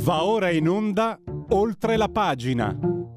Va ora in onda Oltre la pagina.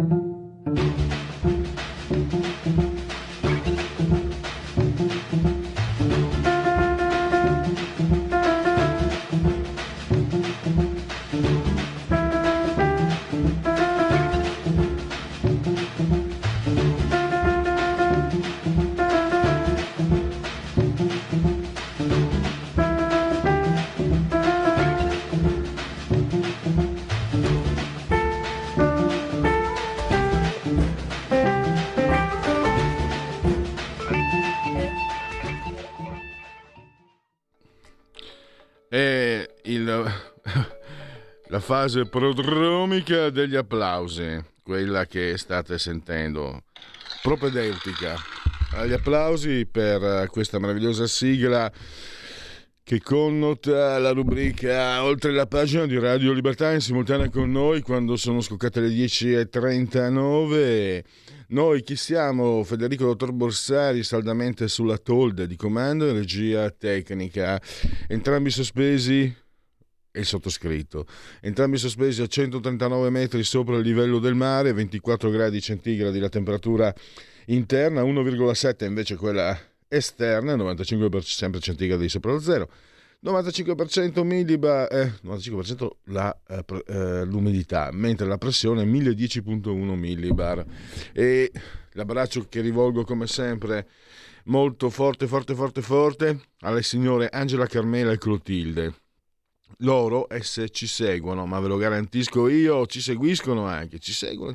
La fase prodromica degli applausi, quella che state sentendo, propedeutica agli applausi per questa meravigliosa sigla che connota la rubrica Oltre la pagina di Radio Libertà in simultanea con noi quando sono scoccate le 10:39. Noi chi siamo? Federico Dottor Borsari, saldamente sulla tolda di comando e regia tecnica, entrambi sospesi, e il sottoscritto, entrambi sospesi a 139 metri sopra il livello del mare, 24 gradi centigradi la temperatura interna, 1,7 invece quella esterna, 95% sempre centigradi sopra lo zero, 95% millibar, 95% l'umidità, mentre la pressione è 1010.1 millibar. E l'abbraccio che rivolgo come sempre molto forte alle signore Angela, Carmela e Clotilde. Loro, esse ci seguono, ma ve lo garantisco io, ci seguiscono anche, ci seguono,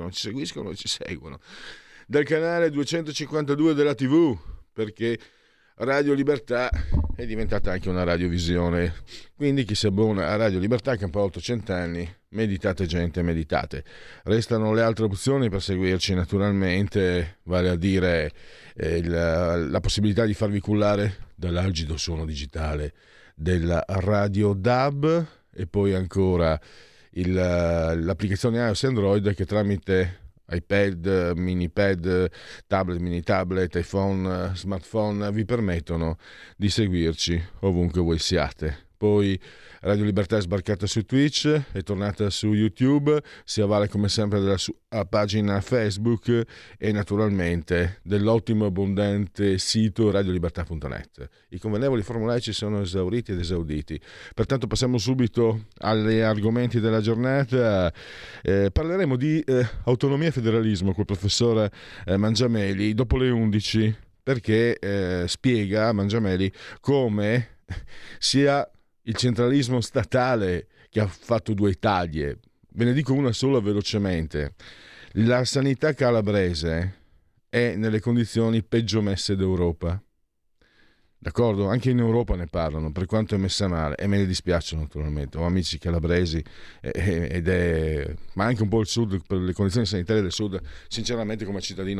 dal canale 252 della TV, perché Radio Libertà è diventata anche una radiovisione, quindi chi si abbona a Radio Libertà che ha un po' 800 anni, meditate gente, meditate. Restano le altre opzioni per seguirci naturalmente, vale a dire la possibilità di farvi cullare dall'algido suono digitale della radio DAB e poi ancora l'applicazione iOS e Android che tramite iPad, minipad, tablet, mini tablet, iPhone, smartphone vi permettono di seguirci ovunque voi siate. Poi Radio Libertà è sbarcata su Twitch, è tornata su YouTube, si avvale come sempre della sua pagina Facebook e naturalmente dell'ottimo e abbondante sito radiolibertà.net. I convenevoli formulaici sono esauriti ed esauditi, pertanto passiamo subito agli argomenti della giornata. Parleremo di autonomia e federalismo col professor Mangiameli dopo le 11, perché spiega Mangiameli come sia il centralismo statale che ha fatto due Italie. Ve ne dico una sola velocemente. La sanità calabrese è nelle condizioni peggio messe d'Europa. D'accordo? Anche in Europa ne parlano, per quanto è messa male, e me ne dispiace naturalmente. Ho amici calabresi ma anche un po' il sud, per le condizioni sanitarie del sud, sinceramente come cittadino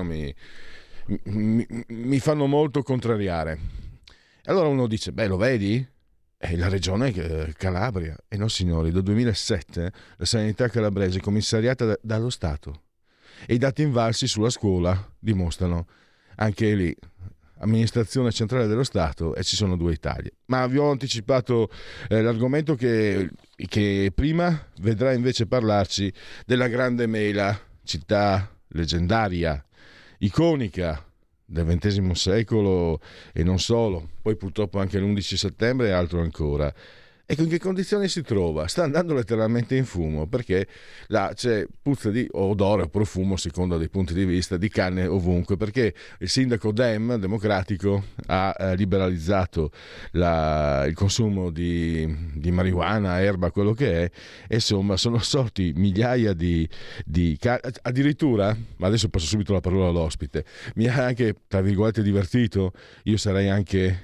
mi fanno molto contrariare. Allora uno dice, beh, lo vedi? È la regione Calabria. E no signori, dal 2007 la sanità calabrese è commissariata dallo Stato e i dati invalsi sulla scuola dimostrano anche lì amministrazione centrale dello Stato e ci sono due Italie. Ma vi ho anticipato l'argomento che prima vedrà invece parlarci della Grande Mela, città leggendaria, iconica del XX secolo e non solo, poi purtroppo anche l'11 settembre e altro ancora. Ecco in che condizioni si trova? Sta andando letteralmente in fumo, perché là c'è puzza di odore o profumo, a seconda dei punti di vista, di canne ovunque, perché il sindaco democratico ha liberalizzato il consumo di marijuana, erba, quello che è, e insomma sono sorti migliaia di addirittura, ma adesso passo subito la parola all'ospite, mi ha anche, tra virgolette, divertito. Io sarei anche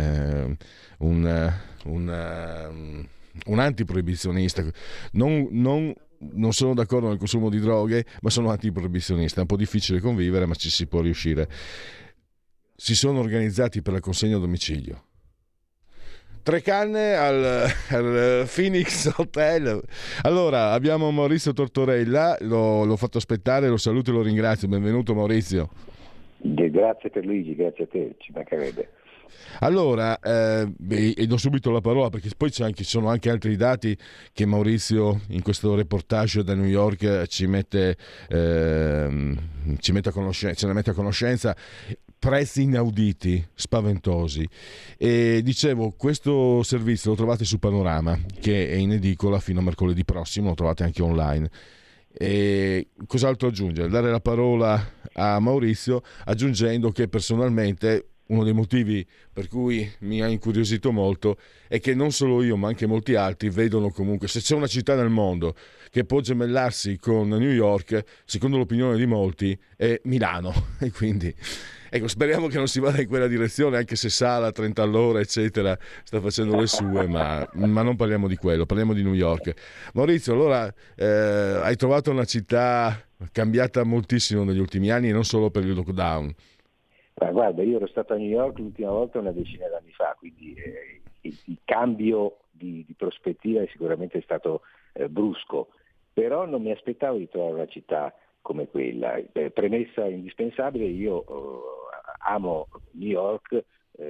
un antiproibizionista, non sono d'accordo nel consumo di droghe, ma sono antiproibizionista. È un po' difficile convivere, ma ci si può riuscire. Si sono organizzati per la consegna a domicilio. 3 canne al Phoenix Hotel. Allora abbiamo Maurizio Tortorella, l'ho fatto aspettare, lo saluto e lo ringrazio. Benvenuto Maurizio. Grazie per Luigi, grazie a te, ci mancherebbe. Allora, e do subito la parola perché poi ci sono anche altri dati che Maurizio in questo reportage da New York ce ne mette a conoscenza, prezzi inauditi, spaventosi. E dicevo, questo servizio lo trovate su Panorama, che è in edicola fino a mercoledì prossimo, lo trovate anche online. E cos'altro aggiungere? Dare la parola a Maurizio aggiungendo che personalmente uno dei motivi per cui mi ha incuriosito molto è che non solo io ma anche molti altri vedono comunque, se c'è una città nel mondo che può gemellarsi con New York, secondo l'opinione di molti è Milano. E quindi ecco, speriamo che non si vada in quella direzione, anche se Sala 30 all'ora eccetera sta facendo le sue, ma non parliamo di quello, parliamo di New York. Maurizio, allora hai trovato una città cambiata moltissimo negli ultimi anni e non solo per il lockdown. Ma guarda, io ero stato a New York l'ultima volta una decina d'anni fa, quindi il cambio di prospettiva è sicuramente stato brusco, però non mi aspettavo di trovare una città come quella. Premessa indispensabile, io amo New York,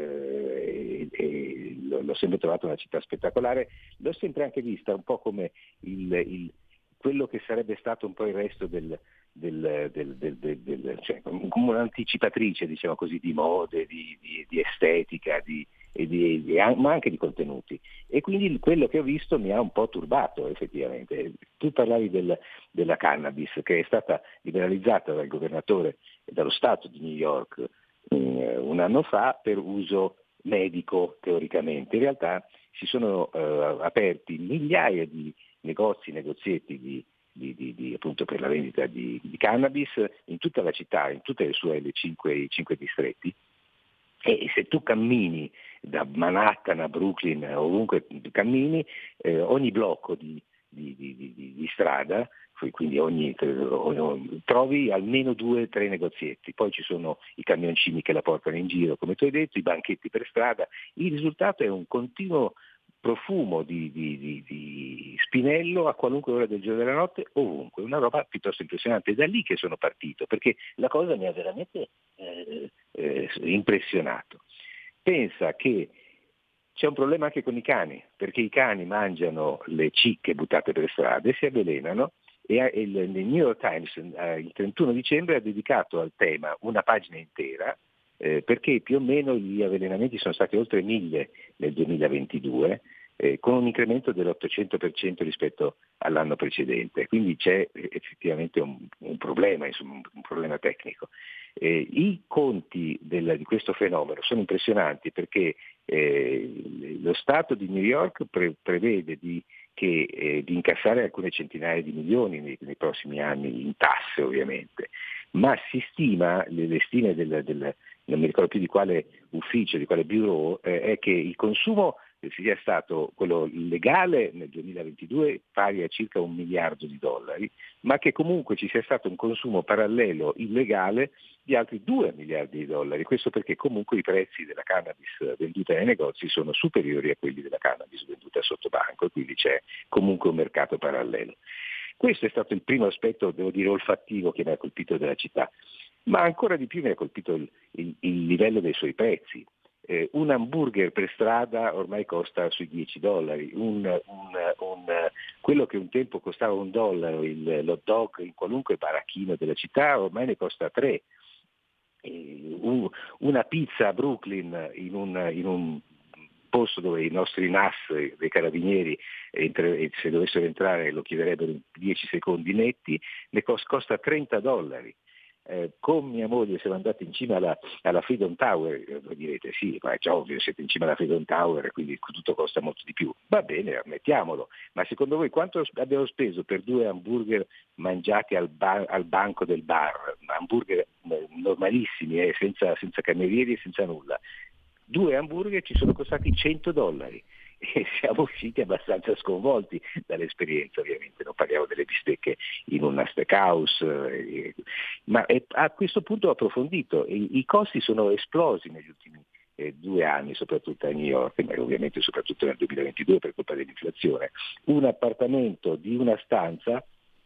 e l'ho sempre trovato una città spettacolare, l'ho sempre anche vista un po' come quello che sarebbe stato un po' il resto cioè, come un'anticipatrice, diciamo così, di mode, di estetica, ma anche di contenuti. E quindi quello che ho visto mi ha un po' turbato effettivamente. Tu parlavi della cannabis che è stata liberalizzata dal governatore e dallo Stato di New York un anno fa per uso medico teoricamente. In realtà si sono aperti migliaia di negozietti appunto per la vendita di cannabis in tutta la città, in tutte le sue i cinque distretti. E se tu cammini da Manhattan a Brooklyn, ovunque cammini, ogni blocco di strada, quindi trovi almeno 2 o 3 negozietti, poi ci sono i camioncini che la portano in giro, come tu hai detto, i banchetti per strada. Il risultato è un continuo profumo di spinello a qualunque ora del giorno e della notte, ovunque, una roba piuttosto impressionante. È da lì che sono partito, perché la cosa mi ha veramente impressionato. Pensa che c'è un problema anche con i cani, perché i cani mangiano le cicche buttate per strada e si avvelenano, e il New York Times il 31 dicembre ha dedicato al tema una pagina intera, perché più o meno gli avvelenamenti sono stati oltre 1000 nel 2022, con un incremento dell'800% rispetto all'anno precedente. Quindi c'è effettivamente un problema, insomma, un problema tecnico. I conti di questo fenomeno sono impressionanti perché lo Stato di New York prevede di incassare alcune centinaia di milioni nei prossimi anni, in tasse ovviamente, ma si stima, le stime non mi ricordo più di quale ufficio, di quale bureau, è che il consumo sia stato quello legale nel 2022 pari a circa $1 miliardo, ma che comunque ci sia stato un consumo parallelo illegale di altri $2 miliardi. Questo perché comunque i prezzi della cannabis venduta nei negozi sono superiori a quelli della cannabis venduta sotto banco, e quindi c'è comunque un mercato parallelo. Questo è stato il primo aspetto, devo dire, olfattivo che mi ha colpito della città, ma ancora di più mi ha colpito il livello dei suoi prezzi. Un hamburger per strada ormai costa sui $10, quello che un tempo costava $1, l'hot dog in qualunque baracchino della città ormai ne costa 3. Una pizza a Brooklyn in un posto dove i nostri NAS dei carabinieri se dovessero entrare lo chiederebbero in 10 secondi netti, ne costa $30. Con mia moglie siamo andati in cima alla Freedom Tower. Voi direte sì, ma è già ovvio, siete in cima alla Freedom Tower e quindi tutto costa molto di più. Va bene, ammettiamolo, ma secondo voi quanto abbiamo speso per 2 hamburger mangiati al banco del bar? Hamburger normalissimi, senza camerieri e senza nulla. 2 hamburger ci sono costati $100 e siamo usciti abbastanza sconvolti dall'esperienza. Ovviamente non parliamo delle bistecche in una steakhouse, ma a questo punto ho approfondito. I costi sono esplosi negli ultimi 2 anni, soprattutto a New York, ma ovviamente soprattutto nel 2022 per colpa dell'inflazione. Un appartamento di una stanza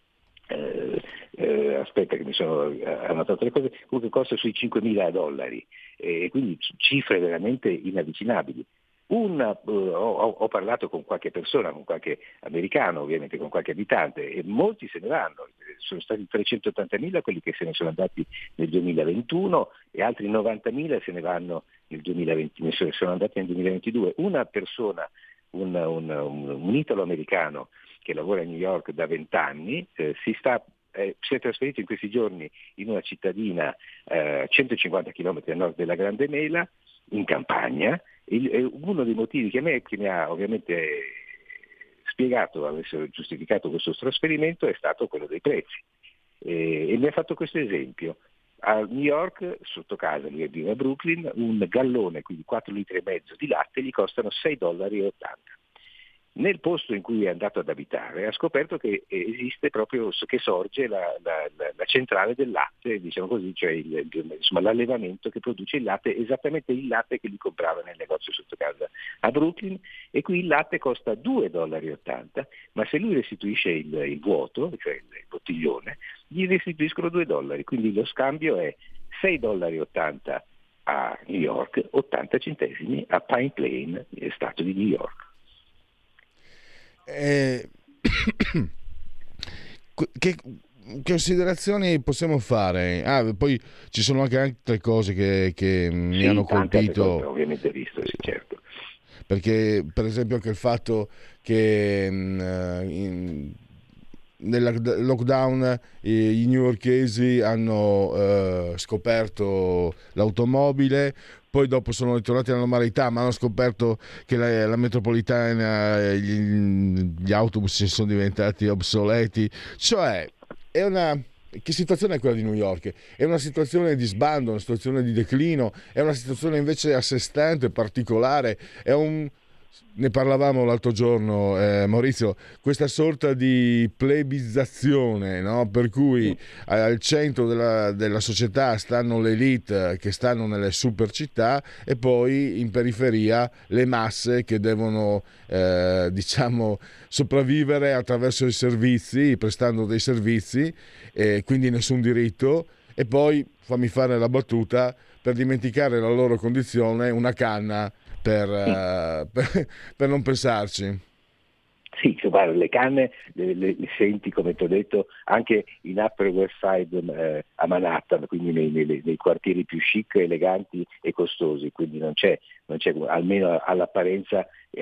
aspetta che mi sono annotato le cose, comunque costa sui $5.000, e quindi cifre veramente inavvicinabili. Ho parlato con qualche persona, con qualche americano, ovviamente con qualche abitante, e molti se ne vanno. Sono stati 380.000 quelli che se ne sono andati nel 2021 e altri 90.000 se ne vanno nel 2020, sono andati nel 2022. Una persona, un italo-americano che lavora a New York da 20 anni, si è trasferito in questi giorni in una cittadina 150 km a nord della Grande Mela, in campagna. Uno dei motivi che mi ha ovviamente spiegato, avesse giustificato questo trasferimento, è stato quello dei prezzi. E mi ha fatto questo esempio. A New York, sotto casa, lui vive a Brooklyn, un gallone, quindi 4,5 litri di latte, gli costano $6,80. Nel posto in cui è andato ad abitare ha scoperto che esiste proprio, che sorge la centrale del latte, diciamo così, cioè insomma, l'allevamento che produce il latte, esattamente il latte che lui comprava nel negozio sotto casa a Brooklyn, e qui il latte costa $2,80, ma se lui restituisce il vuoto, cioè il bottiglione, gli restituiscono $2, quindi lo scambio è $6,80 a New York, 80 centesimi a Pine Plain, stato di New York. Che considerazioni possiamo fare? Poi ci sono anche altre cose che mi hanno colpito. Cose, ovviamente visto, sì, certo. Perché per esempio anche il fatto che nel lockdown i newyorkesi hanno scoperto l'automobile, poi dopo sono ritornati alla normalità, ma hanno scoperto che la metropolitana, gli autobus sono diventati obsoleti. Cioè, che situazione è quella di New York? È una situazione di sbando, una situazione di declino, è una situazione invece a sé stante, particolare, ne parlavamo l'altro giorno, Maurizio, questa sorta di plebizzazione, no? Per cui al centro della società stanno le elite che stanno nelle super città, e poi in periferia le masse che devono diciamo sopravvivere attraverso i servizi, prestando dei servizi, quindi nessun diritto, e poi, fammi fare la battuta, per dimenticare la loro condizione, una canna per non pensarci. Sì, guarda, le canne le senti, come ti ho detto, anche in Upper West Side a Manhattan, quindi nei quartieri più chic, eleganti e costosi, quindi non c'è almeno all'apparenza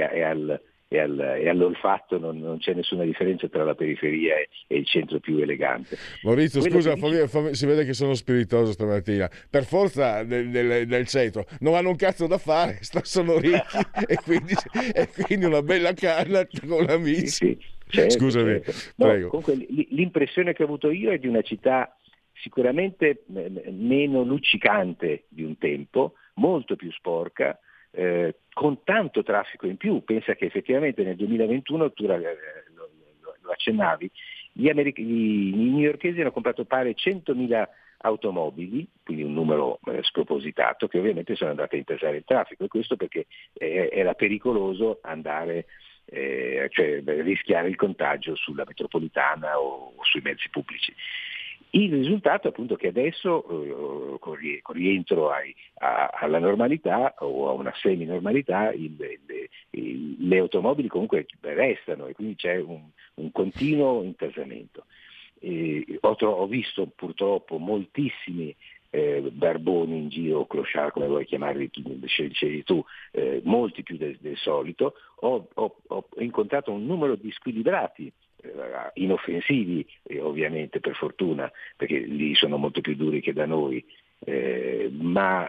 e all'olfatto non c'è nessuna differenza tra la periferia e il centro più elegante. Maurizio, Quello scusa, che si vede che sono spiritoso stamattina. Per forza del centro non hanno un cazzo da fare, sono ricchi e quindi una bella canna con amici. Sì, certo, Scusami, certo. prego. Comunque l'impressione che ho avuto io è di una città sicuramente meno luccicante di un tempo, molto più sporca, con tanto traffico in più. Pensa che effettivamente nel 2021, tu lo accennavi, i newyorkesi hanno comprato pare 100.000 automobili, quindi un numero spropositato, che ovviamente sono andate a intasare il traffico, e questo perché era pericoloso andare, cioè rischiare il contagio sulla metropolitana o sui mezzi pubblici. Il risultato è appunto che adesso, con rientro alla normalità o a una semi-normalità, le automobili comunque restano, e quindi c'è un continuo intasamento. Ho visto purtroppo moltissimi barboni in giro, clochard come vuoi chiamarli, scegli tu, molti più del solito. Ho incontrato un numero di squilibrati, inoffensivi, ovviamente, per fortuna, perché lì sono molto più duri che da noi, ma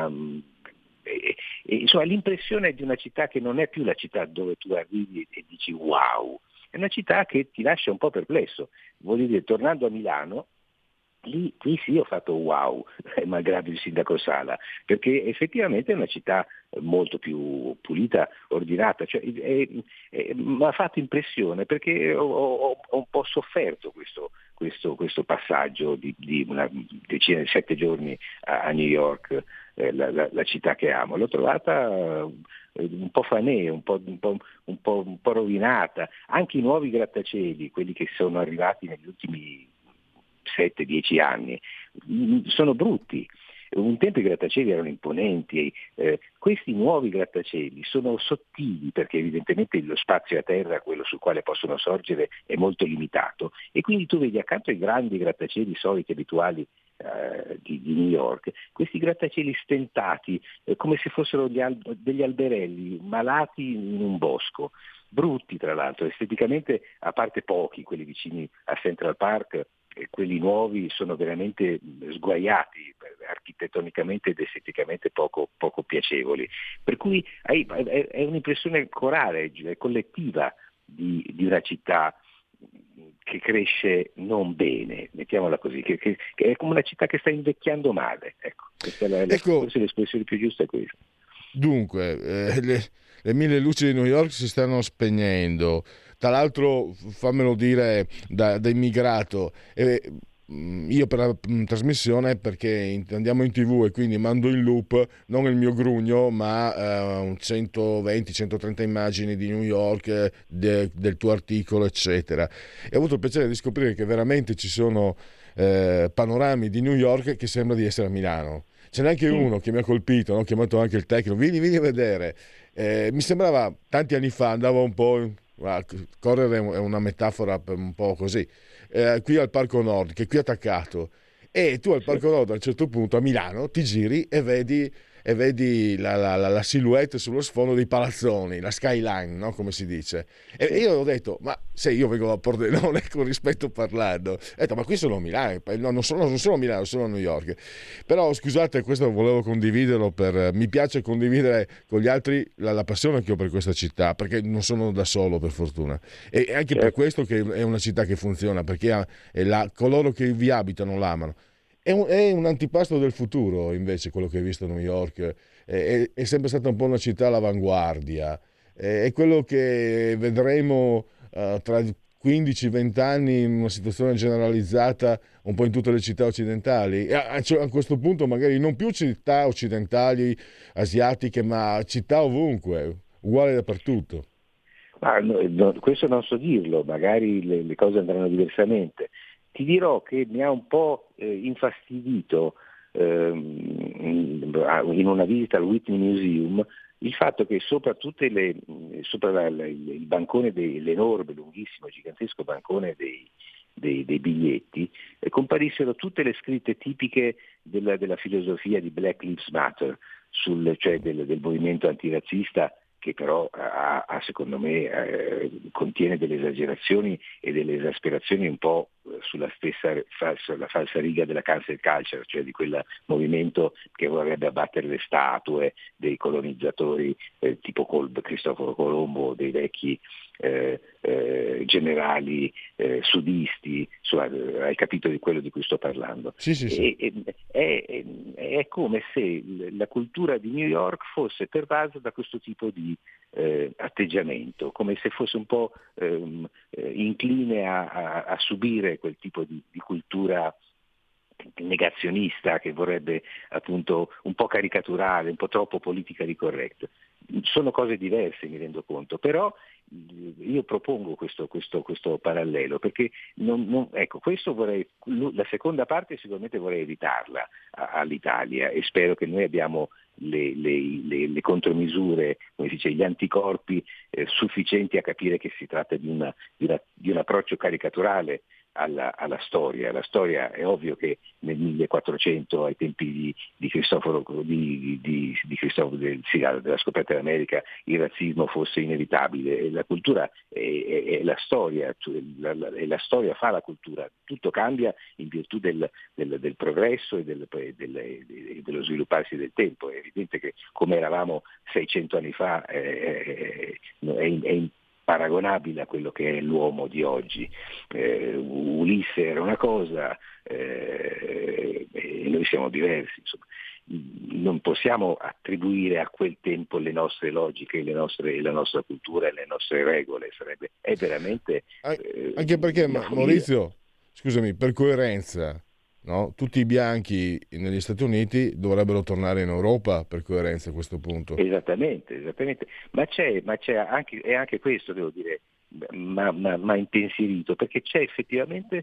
insomma l'impressione è di una città che non è più la città dove tu arrivi e dici wow, è una città che ti lascia un po' perplesso. Voglio dire, tornando a Milano, qui sì ho fatto wow, malgrado il sindaco Sala, perché effettivamente è una città molto più pulita, ordinata, cioè, mi ha fatto impressione, perché ho un po' sofferto questo passaggio di una decina di 7 giorni a New York, la città che amo. L'ho trovata un po' fanée, un po' rovinata. Anche i nuovi grattacieli, quelli che sono arrivati negli ultimi 7-10 anni, sono brutti. Un tempo i grattacieli erano imponenti, questi nuovi grattacieli sono sottili perché evidentemente lo spazio a terra, quello sul quale possono sorgere, è molto limitato, e quindi tu vedi accanto ai grandi grattacieli soliti, abituali di New York, questi grattacieli stentati, come se fossero degli alberelli malati in un bosco, brutti tra l'altro, esteticamente, a parte pochi, quelli vicini a Central Park. Quelli nuovi sono veramente sguaiati, architettonicamente ed esteticamente poco piacevoli, per cui è un'impressione corale, collettiva di una città che cresce non bene, mettiamola così, che è come una città che sta invecchiando male. Ecco, forse l'espressione più giusta è questa. Dunque, le mille luci di New York si stanno spegnendo. Tra l'altro, fammelo dire da immigrato, io per la trasmissione, perché andiamo in TV e quindi mando in loop non il mio grugno, ma 120-130 immagini di New York, del tuo articolo, eccetera. E ho avuto il piacere di scoprire che veramente ci sono panorami di New York che sembra di essere a Milano. Ce n'è anche uno che mi ha colpito, no? Ho chiamato anche il tecnico, vieni a vedere. Mi sembrava, tanti anni fa, andavo un po'... correre è una metafora un po' così, qui al Parco Nord, che è qui attaccato, e tu al Parco Nord a un certo punto a Milano ti giri e vedi la silhouette sullo sfondo dei palazzoni, la skyline, no? Come si dice. E io ho detto, ma se io vengo da Pordenone, con rispetto parlando, ho detto, ma qui sono a Milano, no, non sono a Milano, sono a New York. Però scusate, questo volevo condividerlo, mi piace condividere con gli altri la passione che ho per questa città, perché non sono da solo, per fortuna, e anche per questo che è una città che funziona, perché coloro che vi abitano l'amano. È un antipasto del futuro, invece, quello che hai visto a New York. È sempre stata un po' una città all'avanguardia. È quello che vedremo tra 15-20 anni in una situazione generalizzata un po' in tutte le città occidentali. E a questo punto magari non più città occidentali, asiatiche, ma città ovunque, uguali dappertutto. Questo non so dirlo, magari le cose andranno diversamente. Ti dirò che mi ha un po' infastidito in una visita al Whitney Museum il fatto che sopra il bancone l'enorme, lunghissimo, gigantesco bancone dei biglietti comparissero tutte le scritte tipiche della filosofia di Black Lives Matter, cioè del movimento antirazzista, che però secondo me contiene delle esagerazioni e delle esasperazioni un po' sulla stessa la falsa riga della cancel culture, cioè di quel movimento che vorrebbe abbattere le statue dei colonizzatori tipo Cristoforo Colombo, dei vecchi generali sudisti. Hai capito di quello di cui sto parlando? Sì. È come se la cultura di New York fosse pervasa da questo tipo di atteggiamento, come se fosse un po' incline a subire quel tipo di cultura negazionista, che vorrebbe appunto un po' caricaturale, un po' troppo politically correct. Sono cose diverse, mi rendo conto, però io propongo questo parallelo, perché ecco, questo la seconda parte sicuramente vorrei evitarla all'Italia, e spero che noi abbiamo le contromisure, come si dice, gli anticorpi sufficienti a capire che si tratta di un approccio caricaturale alla storia. La storia, è ovvio che nel 1400, ai tempi di Cristoforo, della scoperta dell'America, il razzismo fosse inevitabile, e la cultura è la storia, e la storia fa la cultura. Tutto cambia in virtù del progresso e dello svilupparsi del tempo. È evidente che come eravamo 600 anni fa è paragonabile a quello che è l'uomo di oggi. Ulisse era una cosa e noi siamo diversi, insomma. Non possiamo attribuire a quel tempo le nostre logiche, la nostra cultura e le nostre regole, è veramente anche perché Maurizio, scusami, per coerenza, no? Tutti i bianchi negli Stati Uniti dovrebbero tornare in Europa per coerenza a questo punto. Esattamente. Ma c'è anche, è anche questo, devo dire, ma impensierito, perché c'è effettivamente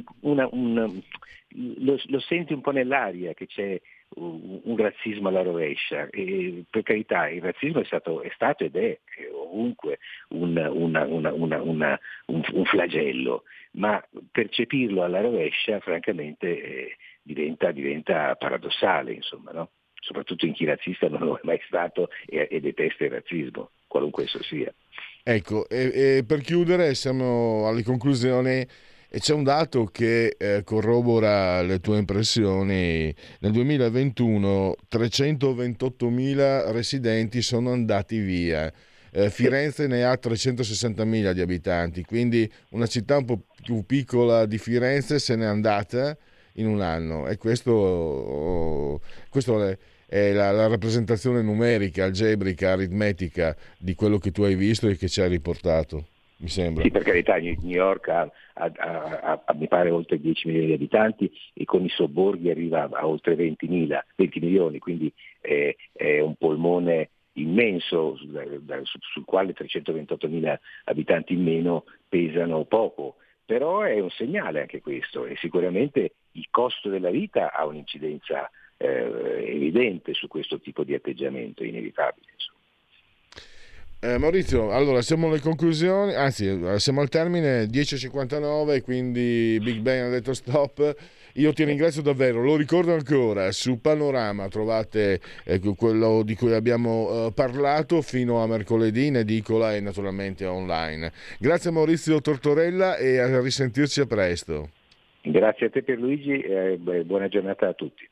lo senti un po' nell'aria che c'è un razzismo alla rovescia, e per carità il razzismo è stato ed è ovunque un flagello, ma percepirlo alla rovescia francamente diventa paradossale, insomma, no? Soprattutto in chi razzista non lo è mai stato e detesta il razzismo, qualunque esso sia. Ecco, e per chiudere siamo alle conclusioni e c'è un dato che corrobora le tue impressioni. Nel 2021 328.000 residenti sono andati via. Firenze ne ha 360.000 di abitanti, quindi una città un po' più piccola di Firenze se n'è andata in un anno, e questo è la rappresentazione numerica, algebrica, aritmetica di quello che tu hai visto e che ci hai riportato, mi sembra. Sì, per carità, New York ha mi pare oltre 10 milioni di abitanti e con i sobborghi arriva a oltre 20 milioni, quindi è un polmone immenso sul quale 328.000 abitanti in meno pesano poco, però è un segnale anche questo, e sicuramente il costo della vita ha un'incidenza evidente su questo tipo di atteggiamento, inevitabile. Maurizio, allora siamo alle conclusioni, anzi siamo al termine, 10.59, quindi Big Bang ha detto stop. Io ti ringrazio davvero, lo ricordo ancora, su Panorama trovate quello di cui abbiamo parlato fino a mercoledì in edicola e naturalmente online. Grazie Maurizio Tortorella e a risentirci a presto. Grazie a te Pierluigi e buona giornata a tutti.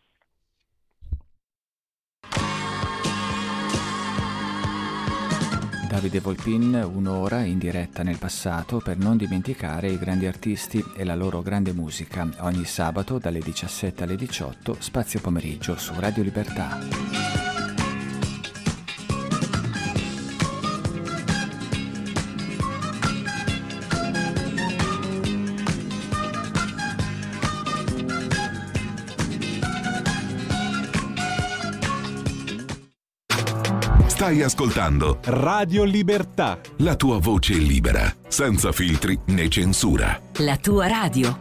Davide Volpin, un'ora in diretta nel passato per non dimenticare i grandi artisti e la loro grande musica, ogni sabato dalle 17 alle 18, spazio pomeriggio su Radio Libertà. Stai ascoltando Radio Libertà. la tua voce libera, senza filtri né censura. La tua radio.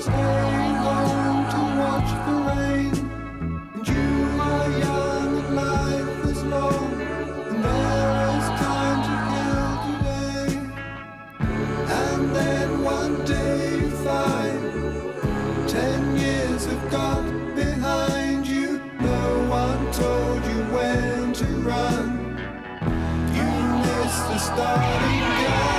staying home to watch the rain. And you are young and life is long, and there is time to kill today. And then one day you find 10 years have gone behind you. No one told you when to run. You missed the starting gun.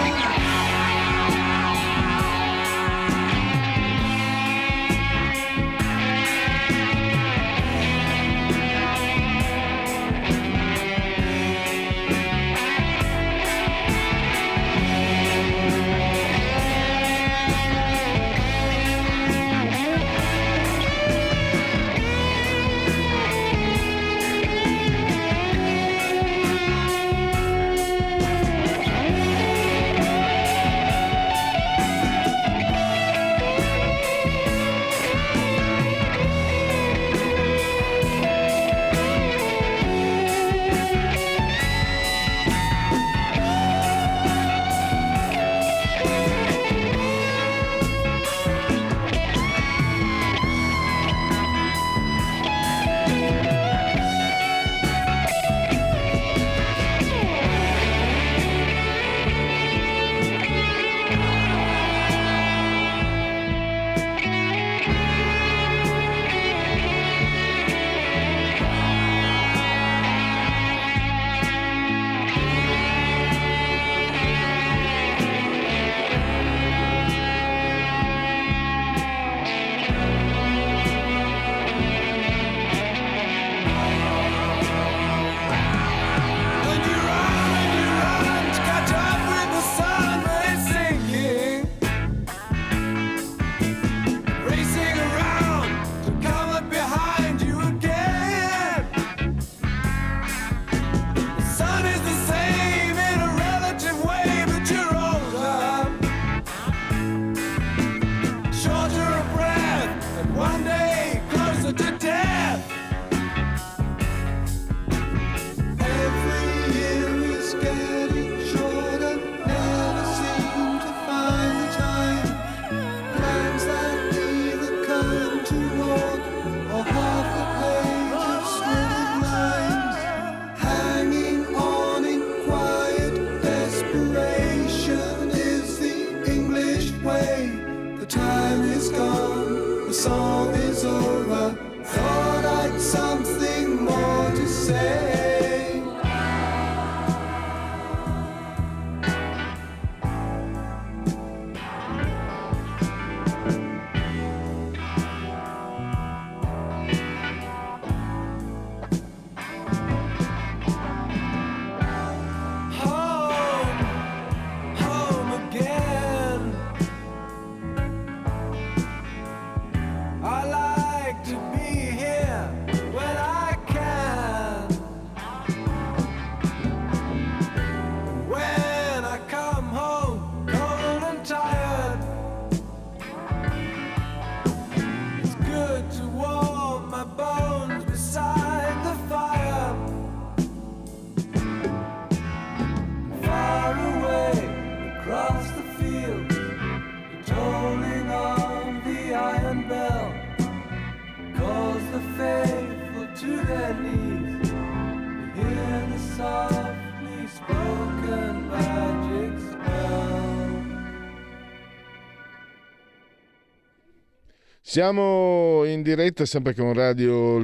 Siamo in diretta sempre con Radio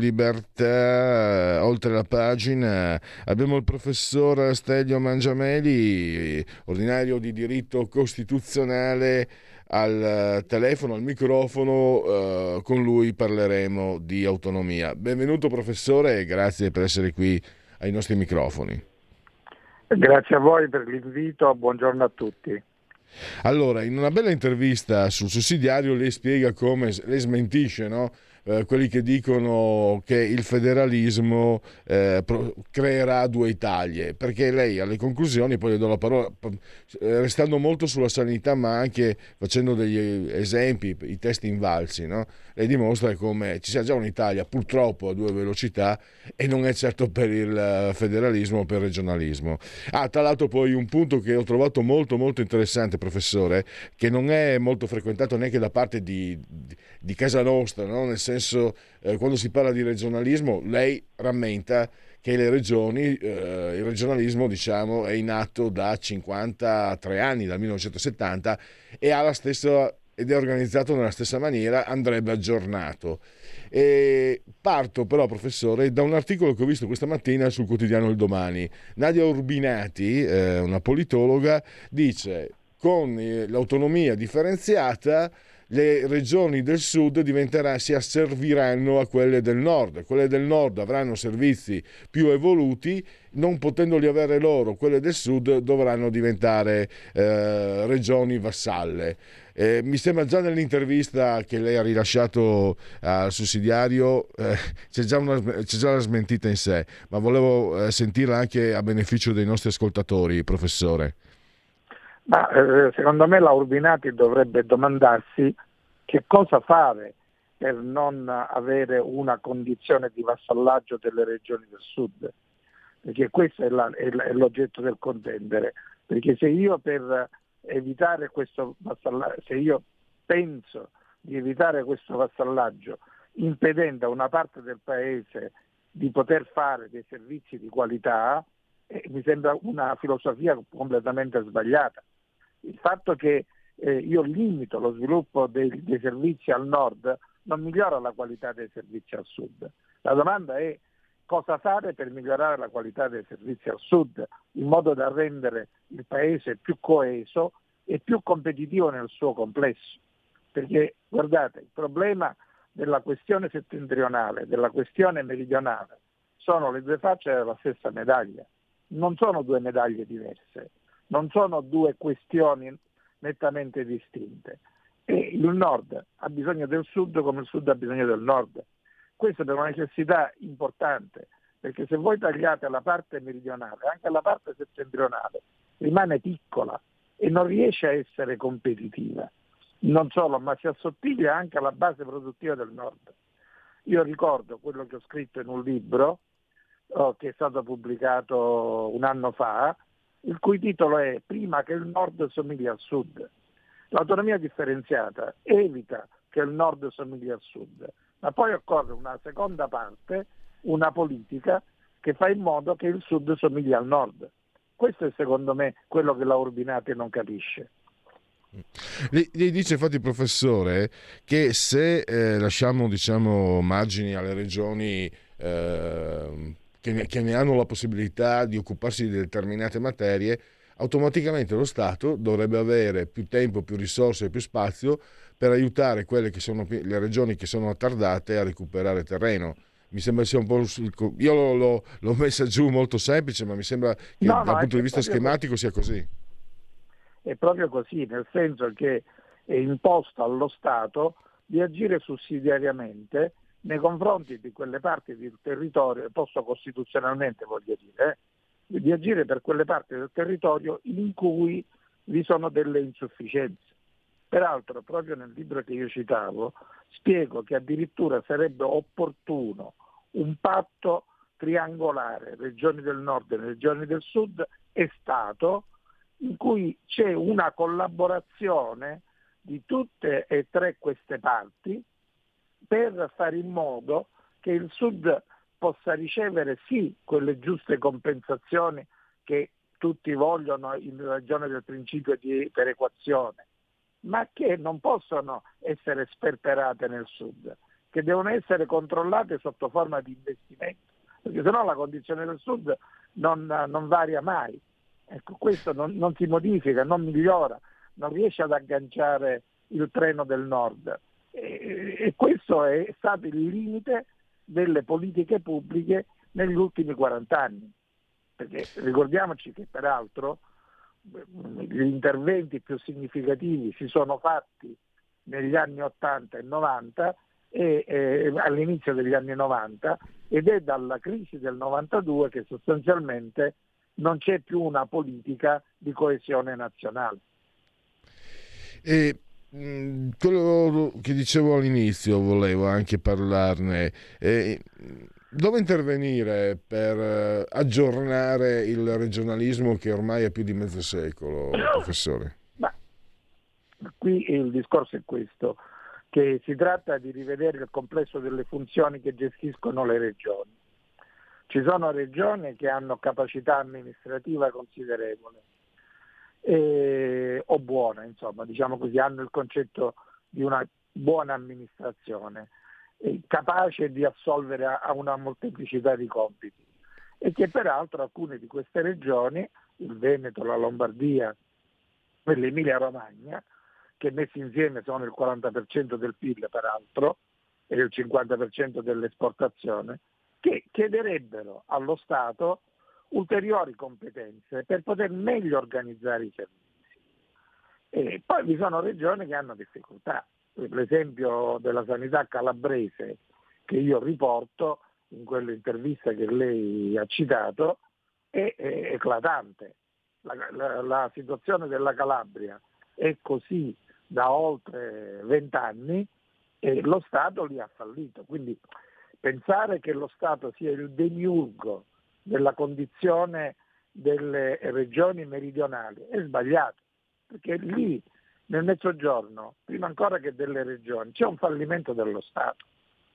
Libertà, oltre la pagina. Abbiamo il professor Stelio Mangiameli, ordinario di diritto costituzionale, al telefono, al microfono. Con lui parleremo di autonomia. Benvenuto professore e grazie per essere qui ai nostri microfoni. Grazie a voi per l'invito, buongiorno a tutti. Allora, in una bella intervista sul Sussidiario lei spiega come, lei smentisce, no? quelli che dicono che il federalismo creerà due Italie, perché lei alle conclusioni, poi le do la parola, restando molto sulla sanità ma anche facendo degli esempi, i test invalsi, no? Lei dimostra come ci sia già un'Italia purtroppo a due velocità e non è certo per il federalismo o per il regionalismo. Tra l'altro poi un punto che ho trovato molto molto interessante, professore, che non è molto frequentato neanche da parte di casa nostra, no? Nel senso, quando si parla di regionalismo, lei rammenta che le regioni, il regionalismo diciamo è in atto da 53 anni, dal 1970, e ha la stessa, ed è organizzato nella stessa maniera, andrebbe aggiornato. E parto però, professore, da un articolo che ho visto questa mattina sul quotidiano Il Domani. Nadia Urbinati, una politologa, dice: con l'autonomia differenziata le regioni del sud si asserviranno a quelle del nord avranno servizi più evoluti, non potendoli avere loro, quelle del sud dovranno diventare regioni vassalle. Mi sembra già nell'intervista che lei ha rilasciato al sussidiario c'è già la smentita in sé, ma volevo sentirla anche a beneficio dei nostri ascoltatori, professore. Ma secondo me la Urbinati dovrebbe domandarsi che cosa fare per non avere una condizione di vassallaggio delle regioni del sud, perché questo è l'oggetto del contendere. Perché se io per evitare questo vassallaggio, se io penso di evitare questo vassallaggio impedendo a una parte del paese di poter fare dei servizi di qualità, mi sembra una filosofia completamente sbagliata. Il fatto che io limito lo sviluppo dei servizi al nord non migliora la qualità dei servizi al sud. La domanda è cosa fare per migliorare la qualità dei servizi al sud, in modo da rendere il paese più coeso e più competitivo nel suo complesso. Perché guardate, il problema della questione settentrionale, della questione meridionale, sono le due facce della stessa medaglia, non sono due medaglie diverse. Non sono due questioni nettamente distinte. E il nord ha bisogno del sud come il sud ha bisogno del nord. Questa è una necessità importante, perché se voi tagliate la parte meridionale, anche la parte settentrionale rimane piccola e non riesce a essere competitiva. Non solo, ma si assottiglia anche alla base produttiva del nord. Io ricordo quello che ho scritto in un libro che è stato pubblicato un anno fa, il cui titolo è Prima che il nord somigli al sud. L'autonomia differenziata evita che il nord somigli al sud, ma poi occorre una seconda parte, una politica che fa in modo che il sud somigli al nord. Questo è secondo me quello che la Urbinati non capisce. Lei dice infatti, professore, che se lasciamo margini alle regioni che ne hanno la possibilità di occuparsi di determinate materie, automaticamente lo Stato dovrebbe avere più tempo, più risorse e più spazio per aiutare quelle che sono le regioni che sono attardate a recuperare terreno. Mi sembra sia un po'. Io l'ho messa giù molto semplice, ma mi sembra che dal punto di vista schematico sia così. È proprio così, nel senso che è imposto allo Stato di agire sussidiariamente nei confronti di quelle parti del territorio, posto costituzionalmente voglio dire, di agire per quelle parti del territorio in cui vi sono delle insufficienze. Peraltro, proprio nel libro che io citavo, spiego che addirittura sarebbe opportuno un patto triangolare, regioni del nord e regioni del sud e Stato, in cui c'è una collaborazione di tutte e tre queste parti per fare in modo che il Sud possa ricevere sì quelle giuste compensazioni che tutti vogliono in ragione del principio di perequazione, ma che non possono essere sperperate nel Sud, che devono essere controllate sotto forma di investimento, perché sennò la condizione del Sud non varia mai. Ecco, questo non si modifica, non migliora, non riesce ad agganciare il treno del nord. E questo è stato il limite delle politiche pubbliche negli ultimi 40 anni. Perché ricordiamoci che peraltro gli interventi più significativi si sono fatti negli anni 80 e 90 all'inizio degli anni 90, ed è dalla crisi del 92 che sostanzialmente non c'è più una politica di coesione nazionale. E quello che dicevo all'inizio, volevo anche parlarne. Dove intervenire per aggiornare il regionalismo che ormai ha più di mezzo secolo, professore? Qui il discorso è questo, che si tratta di rivedere il complesso delle funzioni che gestiscono le regioni. Ci sono regioni che hanno capacità amministrativa considerevole, o buona, insomma, diciamo così, hanno il concetto di una buona amministrazione, capace di assolvere a una molteplicità di compiti, e che peraltro alcune di queste regioni, il Veneto, la Lombardia e l'Emilia Romagna, che messi insieme sono il 40% del PIL peraltro e il 50% dell'esportazione, che chiederebbero allo Stato ulteriori competenze per poter meglio organizzare i servizi. E poi vi sono regioni che hanno difficoltà. L'esempio della sanità calabrese che io riporto in quell'intervista che lei ha citato è eclatante. La situazione della Calabria è così da oltre 20 anni e lo Stato li ha fallito. Quindi pensare che lo Stato sia il demiurgo della condizione delle regioni meridionali è sbagliato, perché lì nel Mezzogiorno, prima ancora che delle regioni, c'è un fallimento dello Stato,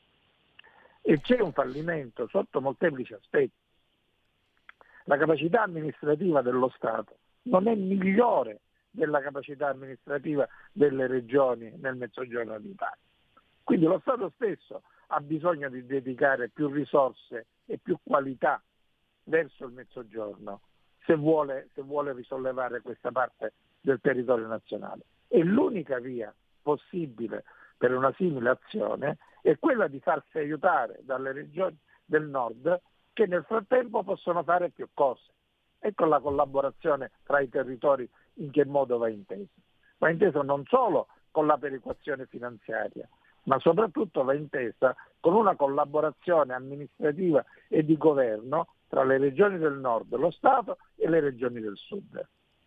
e c'è un fallimento sotto molteplici aspetti. La capacità amministrativa dello Stato non è migliore della capacità amministrativa delle regioni nel Mezzogiorno d'Italia. Quindi lo Stato stesso ha bisogno di dedicare più risorse e più qualità verso il Mezzogiorno se vuole risollevare questa parte del territorio nazionale. E l'unica via possibile per una simile azione è quella di farsi aiutare dalle regioni del nord, che nel frattempo possono fare più cose. Ecco la collaborazione tra i territori in che modo va intesa. Va intesa non solo con la perequazione finanziaria, ma soprattutto va intesa con una collaborazione amministrativa e di governo tra le regioni del nord, lo Stato, e le regioni del sud.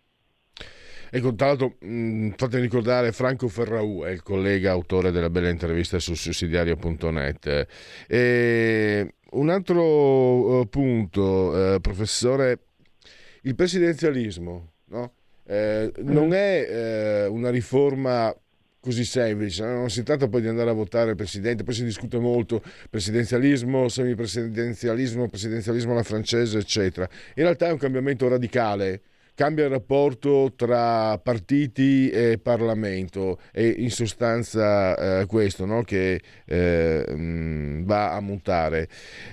Ecco, tra l'altro, fate ricordare Franco Ferraù, è il collega autore della bella intervista su sussidiario.net. Un altro punto, professore, il presidenzialismo, no? Non è una riforma così semplice, non si tratta poi di andare a votare il presidente, poi si discute molto presidenzialismo, semipresidenzialismo, presidenzialismo alla francese, eccetera. In realtà è un cambiamento radicale, cambia il rapporto tra partiti e Parlamento, e in sostanza questo, no? Che va a mutare.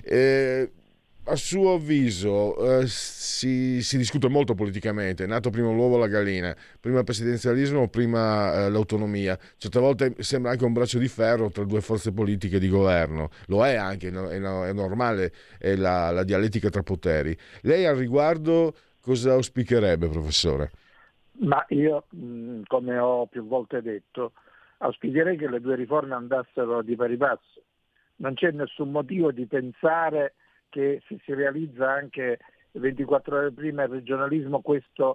A suo avviso si discute molto politicamente, è nato prima l'uovo o la gallina, prima il presidenzialismo o prima l'autonomia. Certe volte sembra anche un braccio di ferro tra due forze politiche di governo, lo è anche, è normale, è la dialettica tra poteri. Lei al riguardo cosa auspicherebbe, professore? Ma io, come ho più volte detto, auspicherei che le due riforme andassero di pari passo. Non c'è nessun motivo di pensare che se si realizza anche 24 ore prima il regionalismo, questo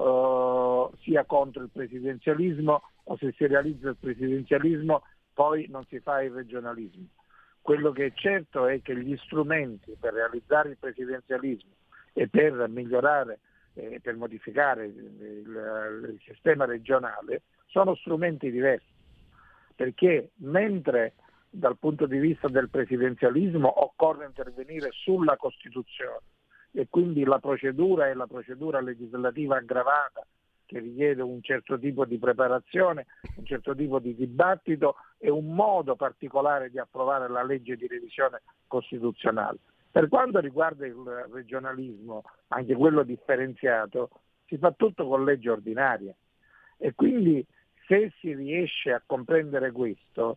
sia contro il presidenzialismo, o se si realizza il presidenzialismo poi non si fa il regionalismo. Quello che è certo è che gli strumenti per realizzare il presidenzialismo e per migliorare, per modificare il sistema regionale sono strumenti diversi, perché mentre dal punto di vista del presidenzialismo occorre intervenire sulla Costituzione, e quindi la procedura è la procedura legislativa aggravata, che richiede un certo tipo di preparazione, un certo tipo di dibattito e un modo particolare di approvare la legge di revisione costituzionale. Per quanto riguarda il regionalismo, anche quello differenziato, si fa tutto con legge ordinaria, e quindi se si riesce a comprendere questo,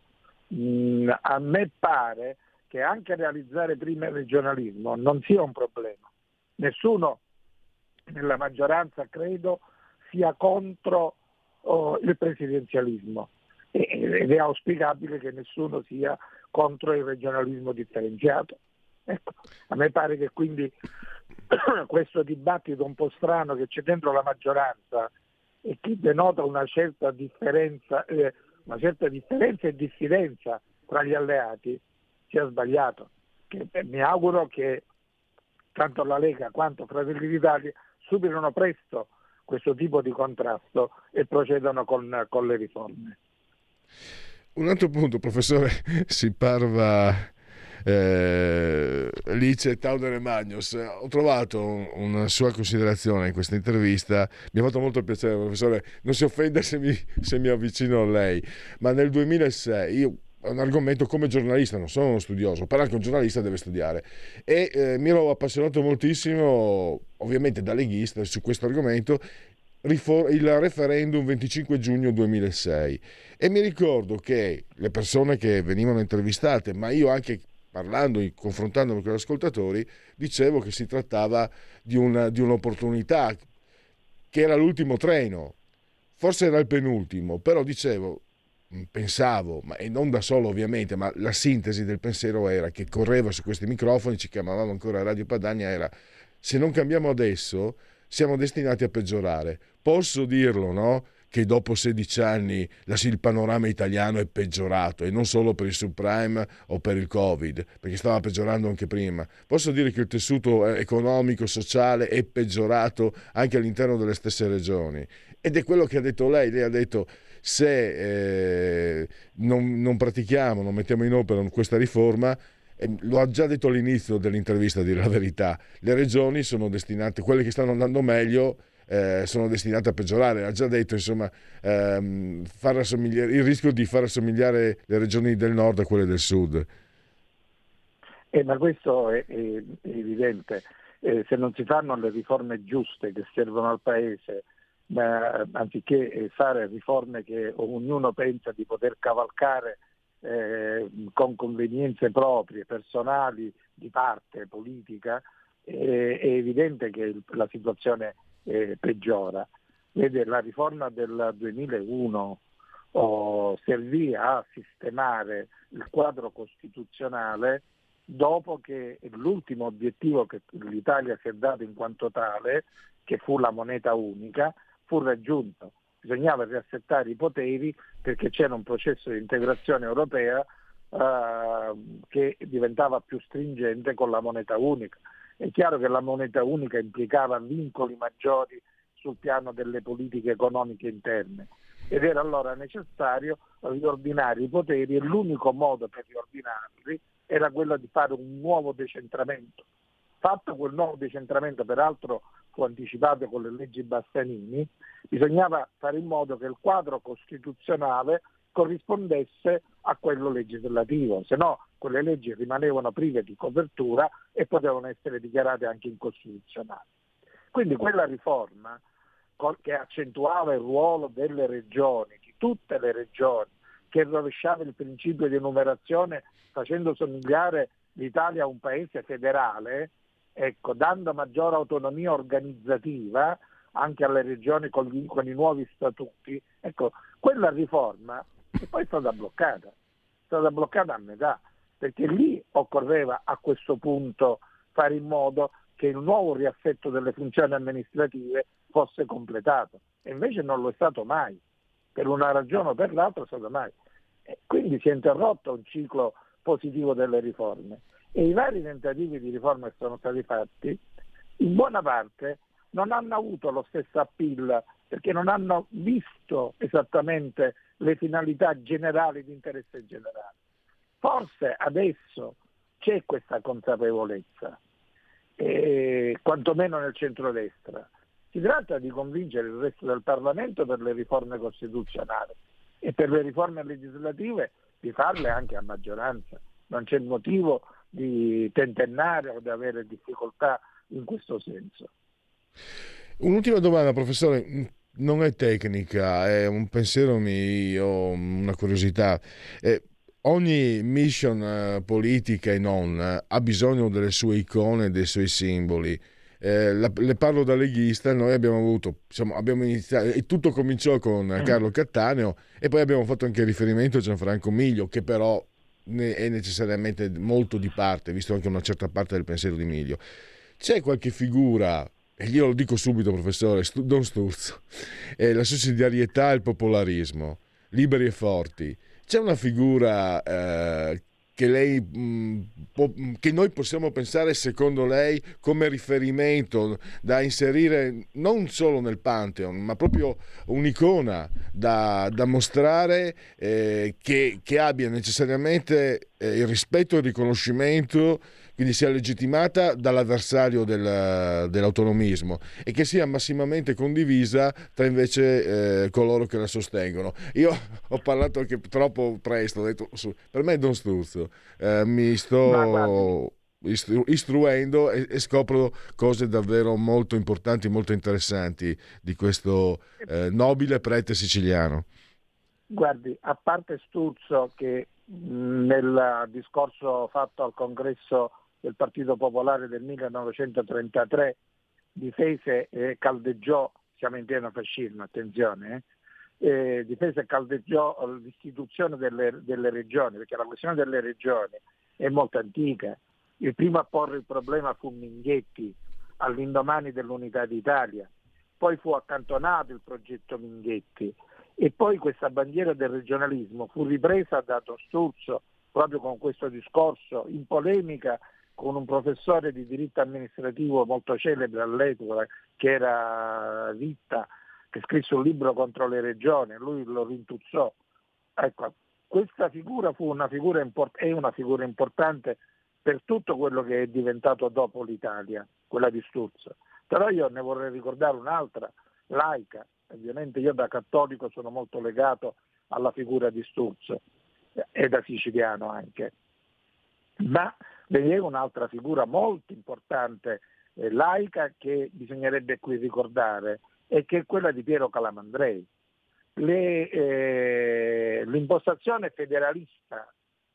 a me pare che anche realizzare prima il regionalismo non sia un problema. Nessuno nella maggioranza, credo, sia contro il presidenzialismo. ed è auspicabile che nessuno sia contro il regionalismo differenziato. Ecco, a me pare che quindi questo dibattito un po' strano che c'è dentro la maggioranza e che denota una certa differenza e diffidenza tra gli alleati sia sbagliato. Mi auguro che tanto la Lega quanto Fratelli d'Italia superino presto questo tipo di contrasto e procedano con le riforme. Un altro punto, professore, si parla lì c'è Taudere Magnos. Ho trovato una sua considerazione in questa intervista, mi ha fatto molto piacere, professore, non si offenda se mi avvicino a lei, ma nel 2006 io è un argomento, come giornalista non sono uno studioso, però anche un giornalista deve studiare, e mi ero appassionato moltissimo, ovviamente da leghista, su questo argomento, il referendum 25 giugno 2006, e mi ricordo che le persone che venivano intervistate, ma io anche parlando, confrontandomi con gli ascoltatori, dicevo che si trattava di un'opportunità, che era l'ultimo treno, forse era il penultimo, però pensavo, e non da solo ovviamente, ma la sintesi del pensiero era, che correva su questi microfoni, ci chiamavamo ancora Radio Padania, era: se non cambiamo adesso siamo destinati a peggiorare. Posso dirlo, no? Che dopo 16 anni il panorama italiano è peggiorato, e non solo per il subprime o per il Covid, perché stava peggiorando anche prima. Posso dire che il tessuto economico, sociale è peggiorato anche all'interno delle stesse regioni, ed è quello che ha detto lei. Lei ha detto: se non pratichiamo, non mettiamo in opera questa riforma, lo ha già detto all'inizio dell'intervista, a dire la verità, le regioni sono destinate, quelle che stanno andando meglio, sono destinate a peggiorare. Ha già detto, insomma, il rischio di far assomigliare le regioni del nord a quelle del sud. Ma questo è evidente. Se non si fanno le riforme giuste che servono al Paese, anziché fare riforme che ognuno pensa di poter cavalcare con convenienze proprie, personali, di parte, politica, è evidente che la situazione peggiora. Vede, la riforma del 2001 servì a sistemare il quadro costituzionale dopo che l'ultimo obiettivo che l'Italia si è dato in quanto tale, che fu la moneta unica, fu raggiunto. Bisognava riassettare i poteri perché c'era un processo di integrazione europea che diventava più stringente con la moneta unica. È chiaro che la moneta unica implicava vincoli maggiori sul piano delle politiche economiche interne, ed era allora necessario riordinare i poteri, e l'unico modo per riordinarli era quello di fare un nuovo decentramento. Fatto quel nuovo decentramento, peraltro fu anticipato con le leggi Bassanini, bisognava fare in modo che il quadro costituzionale corrispondesse a quello legislativo, se no quelle leggi rimanevano prive di copertura e potevano essere dichiarate anche incostituzionali. Quindi quella riforma, che accentuava il ruolo delle regioni, di tutte le regioni, che rovesciava il principio di numerazione facendo somigliare l'Italia a un paese federale, ecco, dando maggiore autonomia organizzativa anche alle regioni con i nuovi statuti, ecco, quella riforma e poi è stata bloccata a metà, perché lì occorreva a questo punto fare in modo che il nuovo riassetto delle funzioni amministrative fosse completato, e invece non lo è stato mai, per una ragione o per l'altra è stato mai. E quindi si è interrotto un ciclo positivo delle riforme, e i vari tentativi di riforma che sono stati fatti in buona parte non hanno avuto lo stesso appeal, perché non hanno visto esattamente le finalità generali di interesse generale. Forse adesso c'è questa consapevolezza, quantomeno nel centrodestra. Si tratta di convincere il resto del Parlamento per le riforme costituzionali, e per le riforme legislative di farle anche a maggioranza. Non c'è motivo di tentennare o di avere difficoltà in questo senso. Un'ultima domanda, professore, non è tecnica, è un pensiero mio, una curiosità. Ogni mission politica e non ha bisogno delle sue icone, dei suoi simboli. le parlo da leghista. Noi abbiamo iniziato, e tutto cominciò con Carlo Cattaneo, e poi abbiamo fatto anche riferimento a Gianfranco Miglio, che però è necessariamente molto di parte, visto anche una certa parte del pensiero di Miglio. C'è qualche figura, e io lo dico subito, professore Don Sturzo, la sussidiarietà e il popolarismo, liberi e forti. C'è una figura che che noi possiamo pensare, secondo lei, come riferimento da inserire non solo nel Pantheon, ma proprio un'icona da mostrare, che abbia necessariamente il rispetto e il riconoscimento, quindi sia legittimata dall'avversario dell'autonomismo, e che sia massimamente condivisa tra invece coloro che la sostengono. Io ho parlato anche troppo presto, ho detto, per me è Don Sturzo, mi sto istruendo e scopro cose davvero molto importanti, molto interessanti di questo nobile prete siciliano. Guardi, a parte Sturzo, che nel discorso fatto al congresso del Partito Popolare del 1933 difese e caldeggiò, siamo in pieno fascismo, attenzione, difese e caldeggiò l'istituzione delle regioni, perché la questione delle regioni è molto antica. Il primo a porre il problema fu Minghetti all'indomani dell'Unità d'Italia, poi fu accantonato il progetto Minghetti, e poi questa bandiera del regionalismo fu ripresa da Don Sturzo proprio con questo discorso, in polemica con un professore di diritto amministrativo molto celebre all'epoca, che era Ritta, che scrisse un libro contro le regioni. Lui lo rintuzzò. Ecco, questa figura è una figura importante per tutto quello che è diventato dopo l'Italia, quella di Sturzo. Però io ne vorrei ricordare un'altra, laica. Ovviamente io da cattolico sono molto legato alla figura di Sturzo, e da siciliano anche. Ma vi è un'altra figura molto importante, laica, che bisognerebbe qui ricordare, e che è quella di Piero Calamandrei. L'impostazione federalista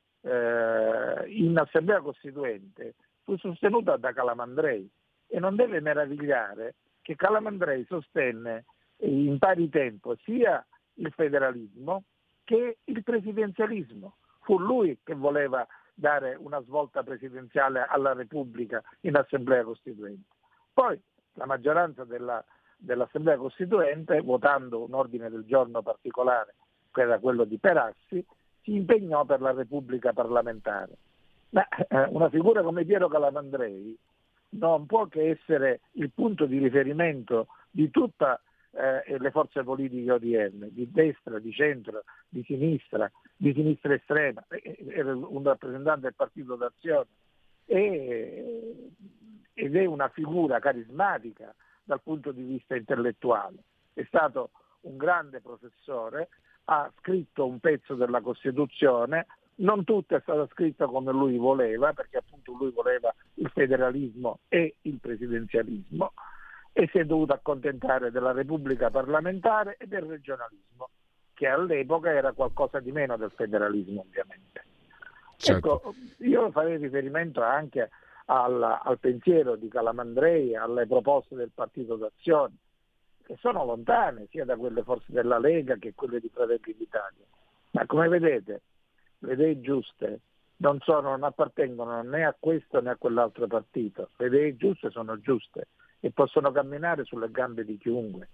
in Assemblea Costituente fu sostenuta da Calamandrei, e non deve meravigliare che Calamandrei sostenne in pari tempo sia il federalismo che il presidenzialismo. Fu lui che voleva dare una svolta presidenziale alla Repubblica in Assemblea Costituente. Poi la maggioranza dell'Assemblea Costituente, votando un ordine del giorno particolare, che era quello di Perassi, si impegnò per la Repubblica parlamentare. Ma una figura come Piero Calamandrei non può che essere il punto di riferimento di tutte le forze politiche odierne, di destra, di centro, di sinistra estrema. Era un rappresentante del Partito d'Azione, ed è una figura carismatica dal punto di vista intellettuale. È stato un grande professore, ha scritto un pezzo della Costituzione, non tutto è stato scritto come lui voleva, perché appunto lui voleva il federalismo e il presidenzialismo, e si è dovuto accontentare della Repubblica parlamentare e del regionalismo, che all'epoca era qualcosa di meno del federalismo, ovviamente. Certo. Ecco, io farei riferimento anche al pensiero di Calamandrei, alle proposte del Partito d'Azione, che sono lontane sia da quelle forse della Lega che quelle di Fratelli d'Italia. Ma come vedete, le idee giuste non appartengono né a questo né a quell'altro partito. Le idee giuste sono giuste e possono camminare sulle gambe di chiunque.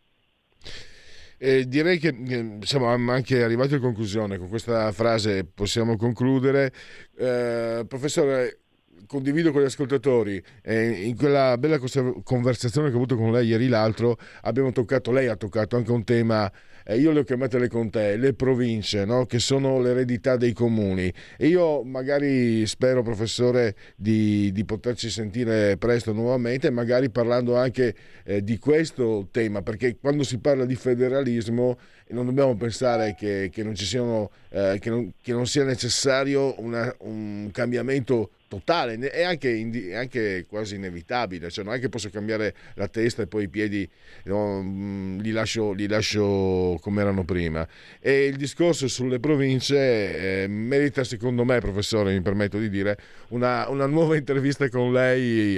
Direi che siamo anche arrivati a conclusione. Con questa frase possiamo concludere. Professore, condivido con gli ascoltatori, in quella bella conversazione che ho avuto con lei ieri l'altro, lei ha toccato anche un tema, io le ho chiamate le contee, le province, no? Che sono l'eredità dei comuni, e io magari spero, professore, di poterci sentire presto nuovamente, magari parlando anche di questo tema, perché quando si parla di federalismo non dobbiamo pensare che non ci siano che non sia necessario un cambiamento totale, è anche quasi inevitabile, cioè non è che posso cambiare la testa e poi i piedi li lascio come erano prima. E il discorso sulle province merita, secondo me, professore, mi permetto di dire, una nuova intervista con lei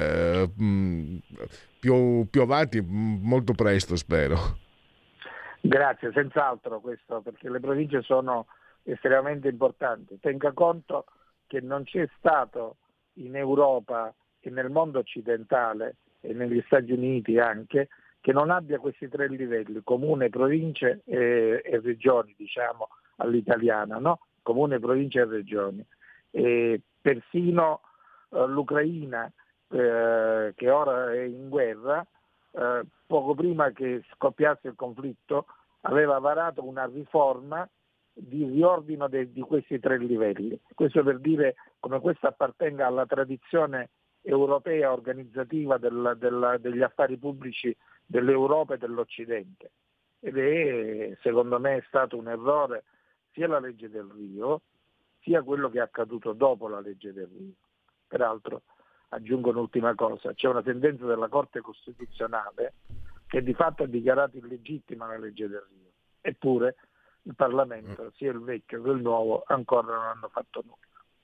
più avanti, molto presto, spero. Grazie, senz'altro questo, perché le province sono estremamente importanti. Tenga conto che non c'è stato in Europa e nel mondo occidentale e negli Stati Uniti anche che non abbia questi tre livelli: comune, province e regioni, diciamo all'italiana, no? Comune, province e regioni. E persino l'Ucraina, che ora è in guerra, poco prima che scoppiasse il conflitto aveva varato una riforma di riordino di questi tre livelli. Questo per dire come questo appartenga alla tradizione europea organizzativa degli affari pubblici dell'Europa e dell'Occidente. Ed è, secondo me, è stato un errore sia la legge del Rio, sia quello che è accaduto dopo la legge del Rio. Peraltro, aggiungo un'ultima cosa, c'è una sentenza della Corte Costituzionale che di fatto ha dichiarato illegittima la legge del Rio. Eppure il Parlamento, sia il vecchio che il nuovo, ancora non hanno fatto nulla.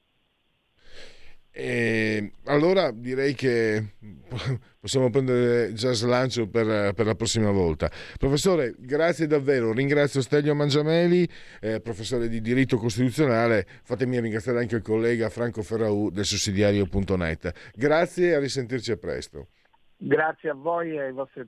Allora direi che possiamo prendere già slancio per la prossima volta. Professore, grazie davvero, ringrazio Stelio Mangiameli, professore di diritto costituzionale. Fatemi ringraziare anche il collega Franco Ferraù del sussidiario.net. Grazie e a risentirci a presto. Grazie a voi e ai vostri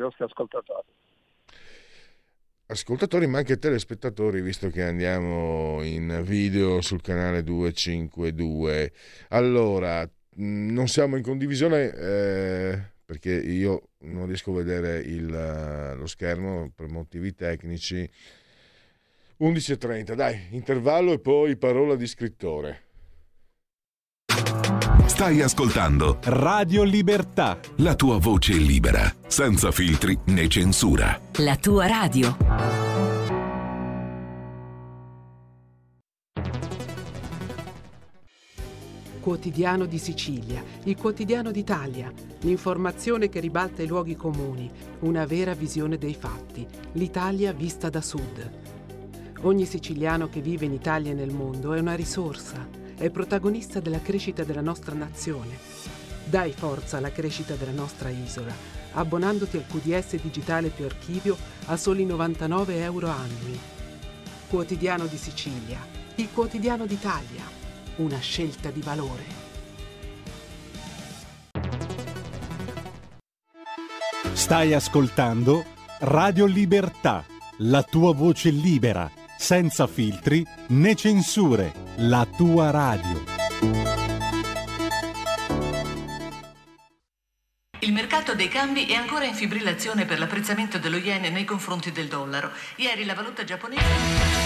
ascoltatori, ma anche telespettatori, visto che andiamo in video sul canale 252. Allora, non siamo in condivisione perché io non riesco a vedere lo schermo per motivi tecnici. 11:30, dai, intervallo e poi parola di scrittore. Stai ascoltando Radio Libertà. la tua voce libera, senza filtri né censura. La tua radio. Quotidiano di Sicilia, il quotidiano d'Italia, l'informazione che ribalta i luoghi comuni, una vera visione dei fatti, l'Italia vista da sud. Ogni siciliano che vive in Italia e nel mondo è una risorsa, è protagonista della crescita della nostra nazione. Dai forza alla crescita della nostra isola, abbonandoti al QDS digitale più archivio a soli 99 euro annui. Quotidiano di Sicilia, il quotidiano d'Italia, una scelta di valore. Stai ascoltando Radio Libertà, la tua voce libera, senza filtri né censure, la tua radio. Il mercato dei cambi è ancora in fibrillazione per l'apprezzamento dello yen nei confronti del dollaro. Ieri la valuta giapponese...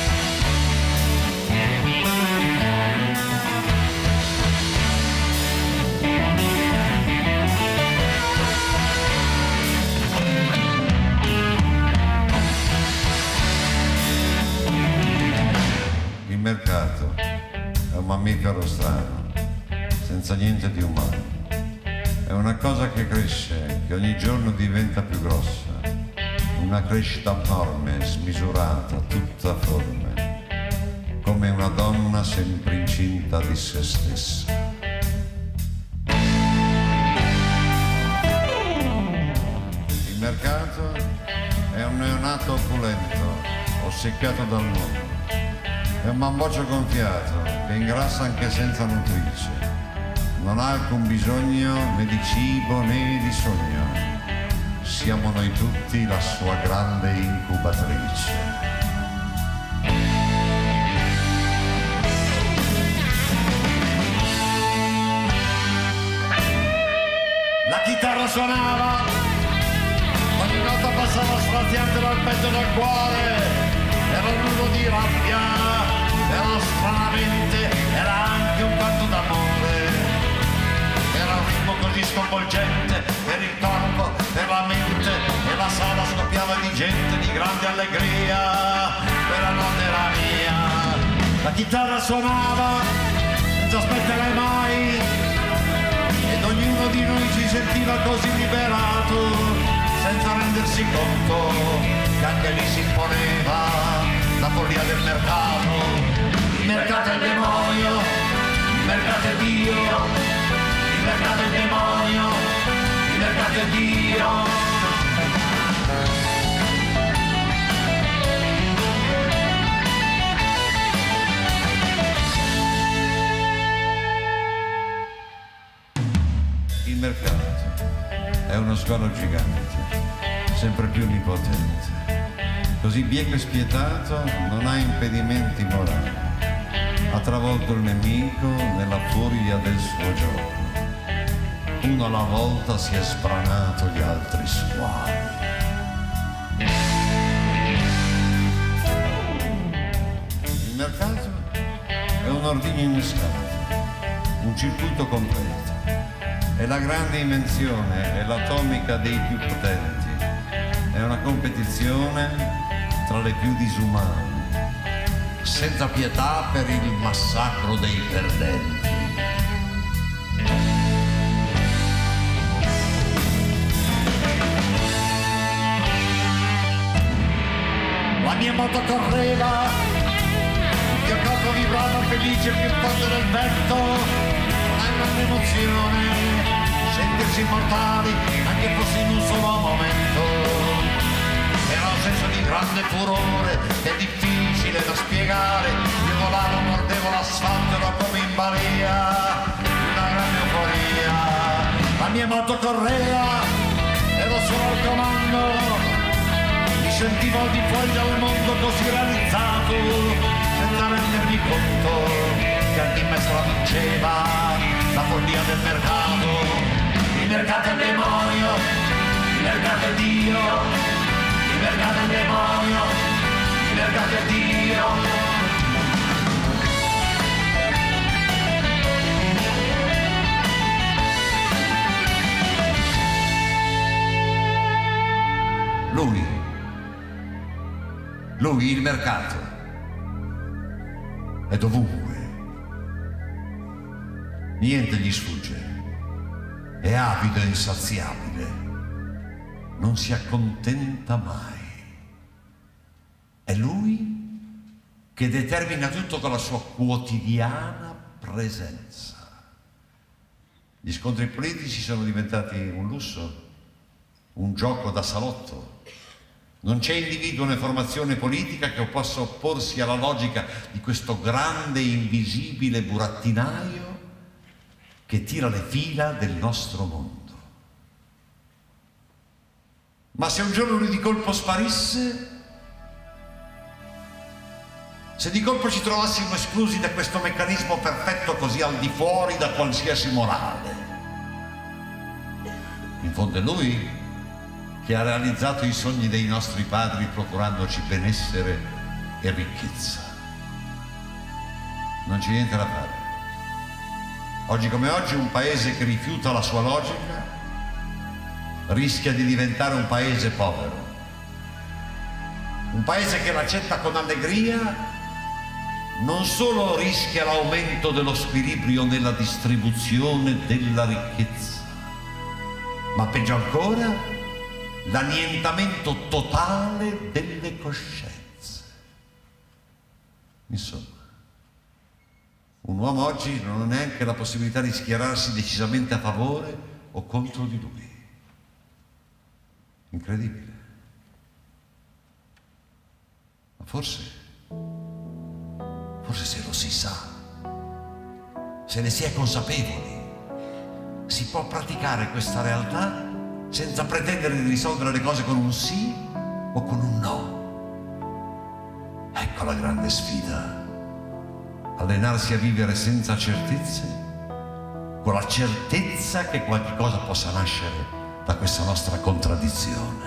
Il mercato è un mammifero strano, senza niente di umano. È una cosa che cresce, che ogni giorno diventa più grossa. Una crescita abnorme, smisurata, tutta forme, come una donna sempre incinta di se stessa. Il mercato è un neonato opulento, ossequiato dal mondo. È un bamboccio gonfiato che ingrassa anche senza nutrice. Non ha alcun bisogno né di cibo né di sogno. Siamo noi tutti la sua grande incubatrice. La chitarra suonava, ogni nota passava straziante dal petto e dal cuore. Era un urlo di rabbia, era stranamente, era anche un canto d'amore. Era un ritmo così sconvolgente per il corpo, per la mente, e la sala scoppiava di gente di grande allegria. Quella notte era mia. La chitarra suonava, senza aspettare mai, ed ognuno di noi si sentiva così liberato, senza rendersi conto che anche lì si imponeva la follia del mercato. Il mercato è il demonio, il mercato è Dio, il mercato è il demonio, il mercato è Dio. Il mercato è uno squalo gigante, sempre più onnipotente, così bieco e spietato, non ha impedimenti morali. Ha travolto il nemico nella furia del suo gioco. Uno alla volta si è sbranato gli altri squali. Il mercato è un ordigno innescato, un circuito completo. È la grande invenzione, è l'atomica dei più potenti. È una competizione tra le più disumane, senza pietà per il massacro dei perdenti. La mia moto correva, il mio corpo vibrava felice più forte del vento. Non è un'emozione sentirsi immortali, anche fosse in un solo momento. Era un senso di grande furore, è difficile da spiegare. Io volavo, mordevo l'asfalto, ero come in balia, una grande euforia. La mia moto correva, ero solo al comando, mi sentivo al di fuori del mondo così realizzato, senza rendermi conto che anche in me se la vinceva la follia del mercato. Il mercato è il demonio, il mercato è Dio, il mercato è il demonio, il mercato è Dio. Lui, il mercato, è dovunque, niente gli sfugge. È avido e insaziabile, non si accontenta mai. È lui che determina tutto con la sua quotidiana presenza. Gli scontri politici sono diventati un lusso, un gioco da salotto. Non c'è individuo né formazione politica che possa opporsi alla logica di questo grande invisibile burattinaio che tira le fila del nostro mondo. Ma se un giorno lui di colpo sparisse, se di colpo ci trovassimo esclusi da questo meccanismo perfetto così al di fuori da qualsiasi morale, in fondo è lui che ha realizzato i sogni dei nostri padri procurandoci benessere e ricchezza. Non c'è niente da fare. Oggi come oggi un paese che rifiuta la sua logica rischia di diventare un paese povero. Un paese che l'accetta con allegria non solo rischia l'aumento dello squilibrio nella distribuzione della ricchezza, ma peggio ancora l'annientamento totale delle coscienze. Insomma, un uomo oggi non ha neanche la possibilità di schierarsi decisamente a favore o contro di lui. Incredibile. Ma forse se lo si sa, se ne si è consapevoli, si può praticare questa realtà senza pretendere di risolvere le cose con un sì o con un no. Ecco la grande sfida. Allenarsi a vivere senza certezze, con la certezza che qualche cosa possa nascere da questa nostra contraddizione.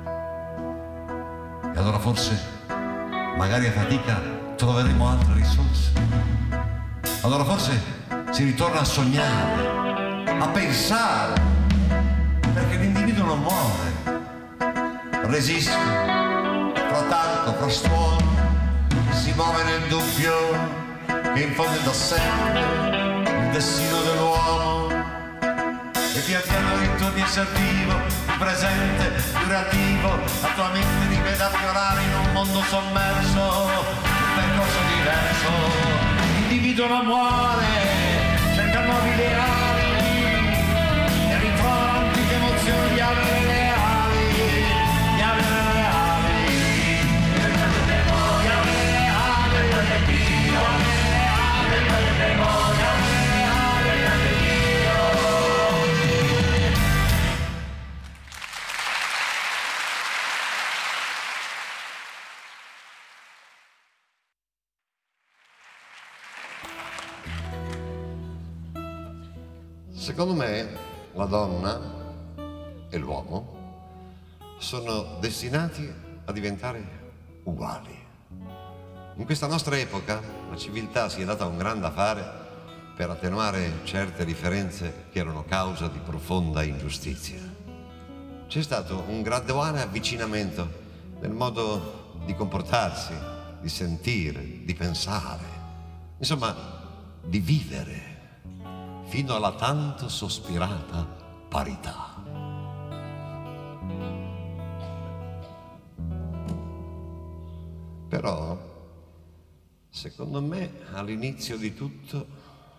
E allora forse, magari a fatica, troveremo altre risorse. Allora forse si ritorna a sognare, a pensare, perché l'individuo non muore, resiste, fra tanto, fra stuono, si muove nel dubbio che in fondo è da sempre destino dell'uomo, e pian piano ritorni a essere vivo, il presente, durativo, la tua mente ti vede affiorare in un mondo sommerso, un percorso diverso. L'individuo non muore, cerca nuovi ideali e ritrova antiche emozioni di avere le ali, di avere le ali, di avere le ali, di avere le ali, di avere le ali. Secondo me la donna e l'uomo sono destinati a diventare uguali. In questa nostra epoca la civiltà si è data un gran da fare per attenuare certe differenze che erano causa di profonda ingiustizia. C'è stato un graduale avvicinamento nel modo di comportarsi, di sentire, di pensare, insomma, di vivere, fino alla tanto sospirata parità. Però, secondo me, all'inizio di tutto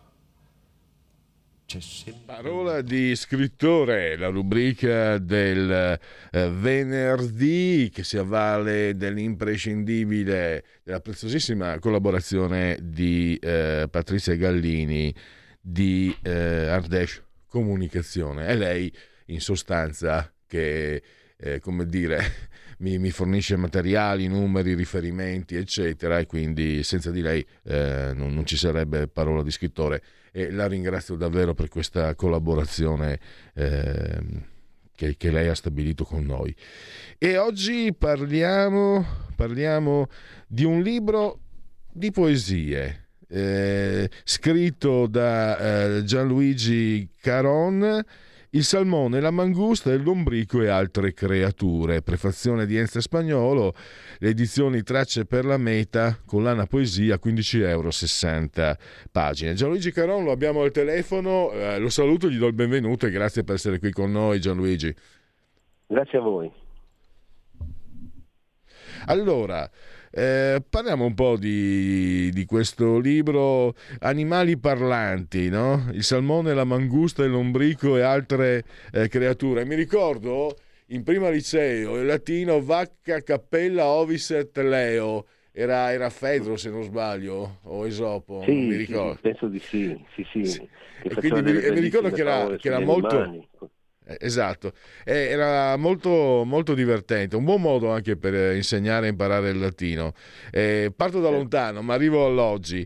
c'è sempre... Parola di scrittore, la rubrica del venerdì che si avvale dell'imprescindibile, della preziosissima collaborazione di Patrizia Gallini di Ardèche Comunicazione. È lei in sostanza che come dire mi fornisce materiali, numeri, riferimenti eccetera, e quindi senza di lei non ci sarebbe Parola di scrittore, e la ringrazio davvero per questa collaborazione che lei ha stabilito con noi. E oggi parliamo di un libro di poesie scritto da Gianluigi Caron, Il salmone, la mangusta, il lombrico e altre creature, prefazione di Enzo Spagnolo, le edizioni Tracce per la Meta, collana poesia, €15, 60 pagine. Gianluigi Caron lo abbiamo al telefono, lo saluto, gli do il benvenuto e grazie per essere qui con noi, Gianluigi. Grazie a voi. Allora, parliamo un po' di questo libro, Animali parlanti, no? Il salmone, la mangusta, il lombrico e altre creature. Mi ricordo in prima liceo, il latino vacca, cappella, ovis et leo. Era Fedro, se non sbaglio, o Esopo, Sì, non mi ricordo. sì, penso di sì. E quindi mi ricordo che era molto... Esatto, era molto, molto divertente, un buon modo anche per insegnare e imparare il latino. Parto da lontano, ma arrivo all'oggi.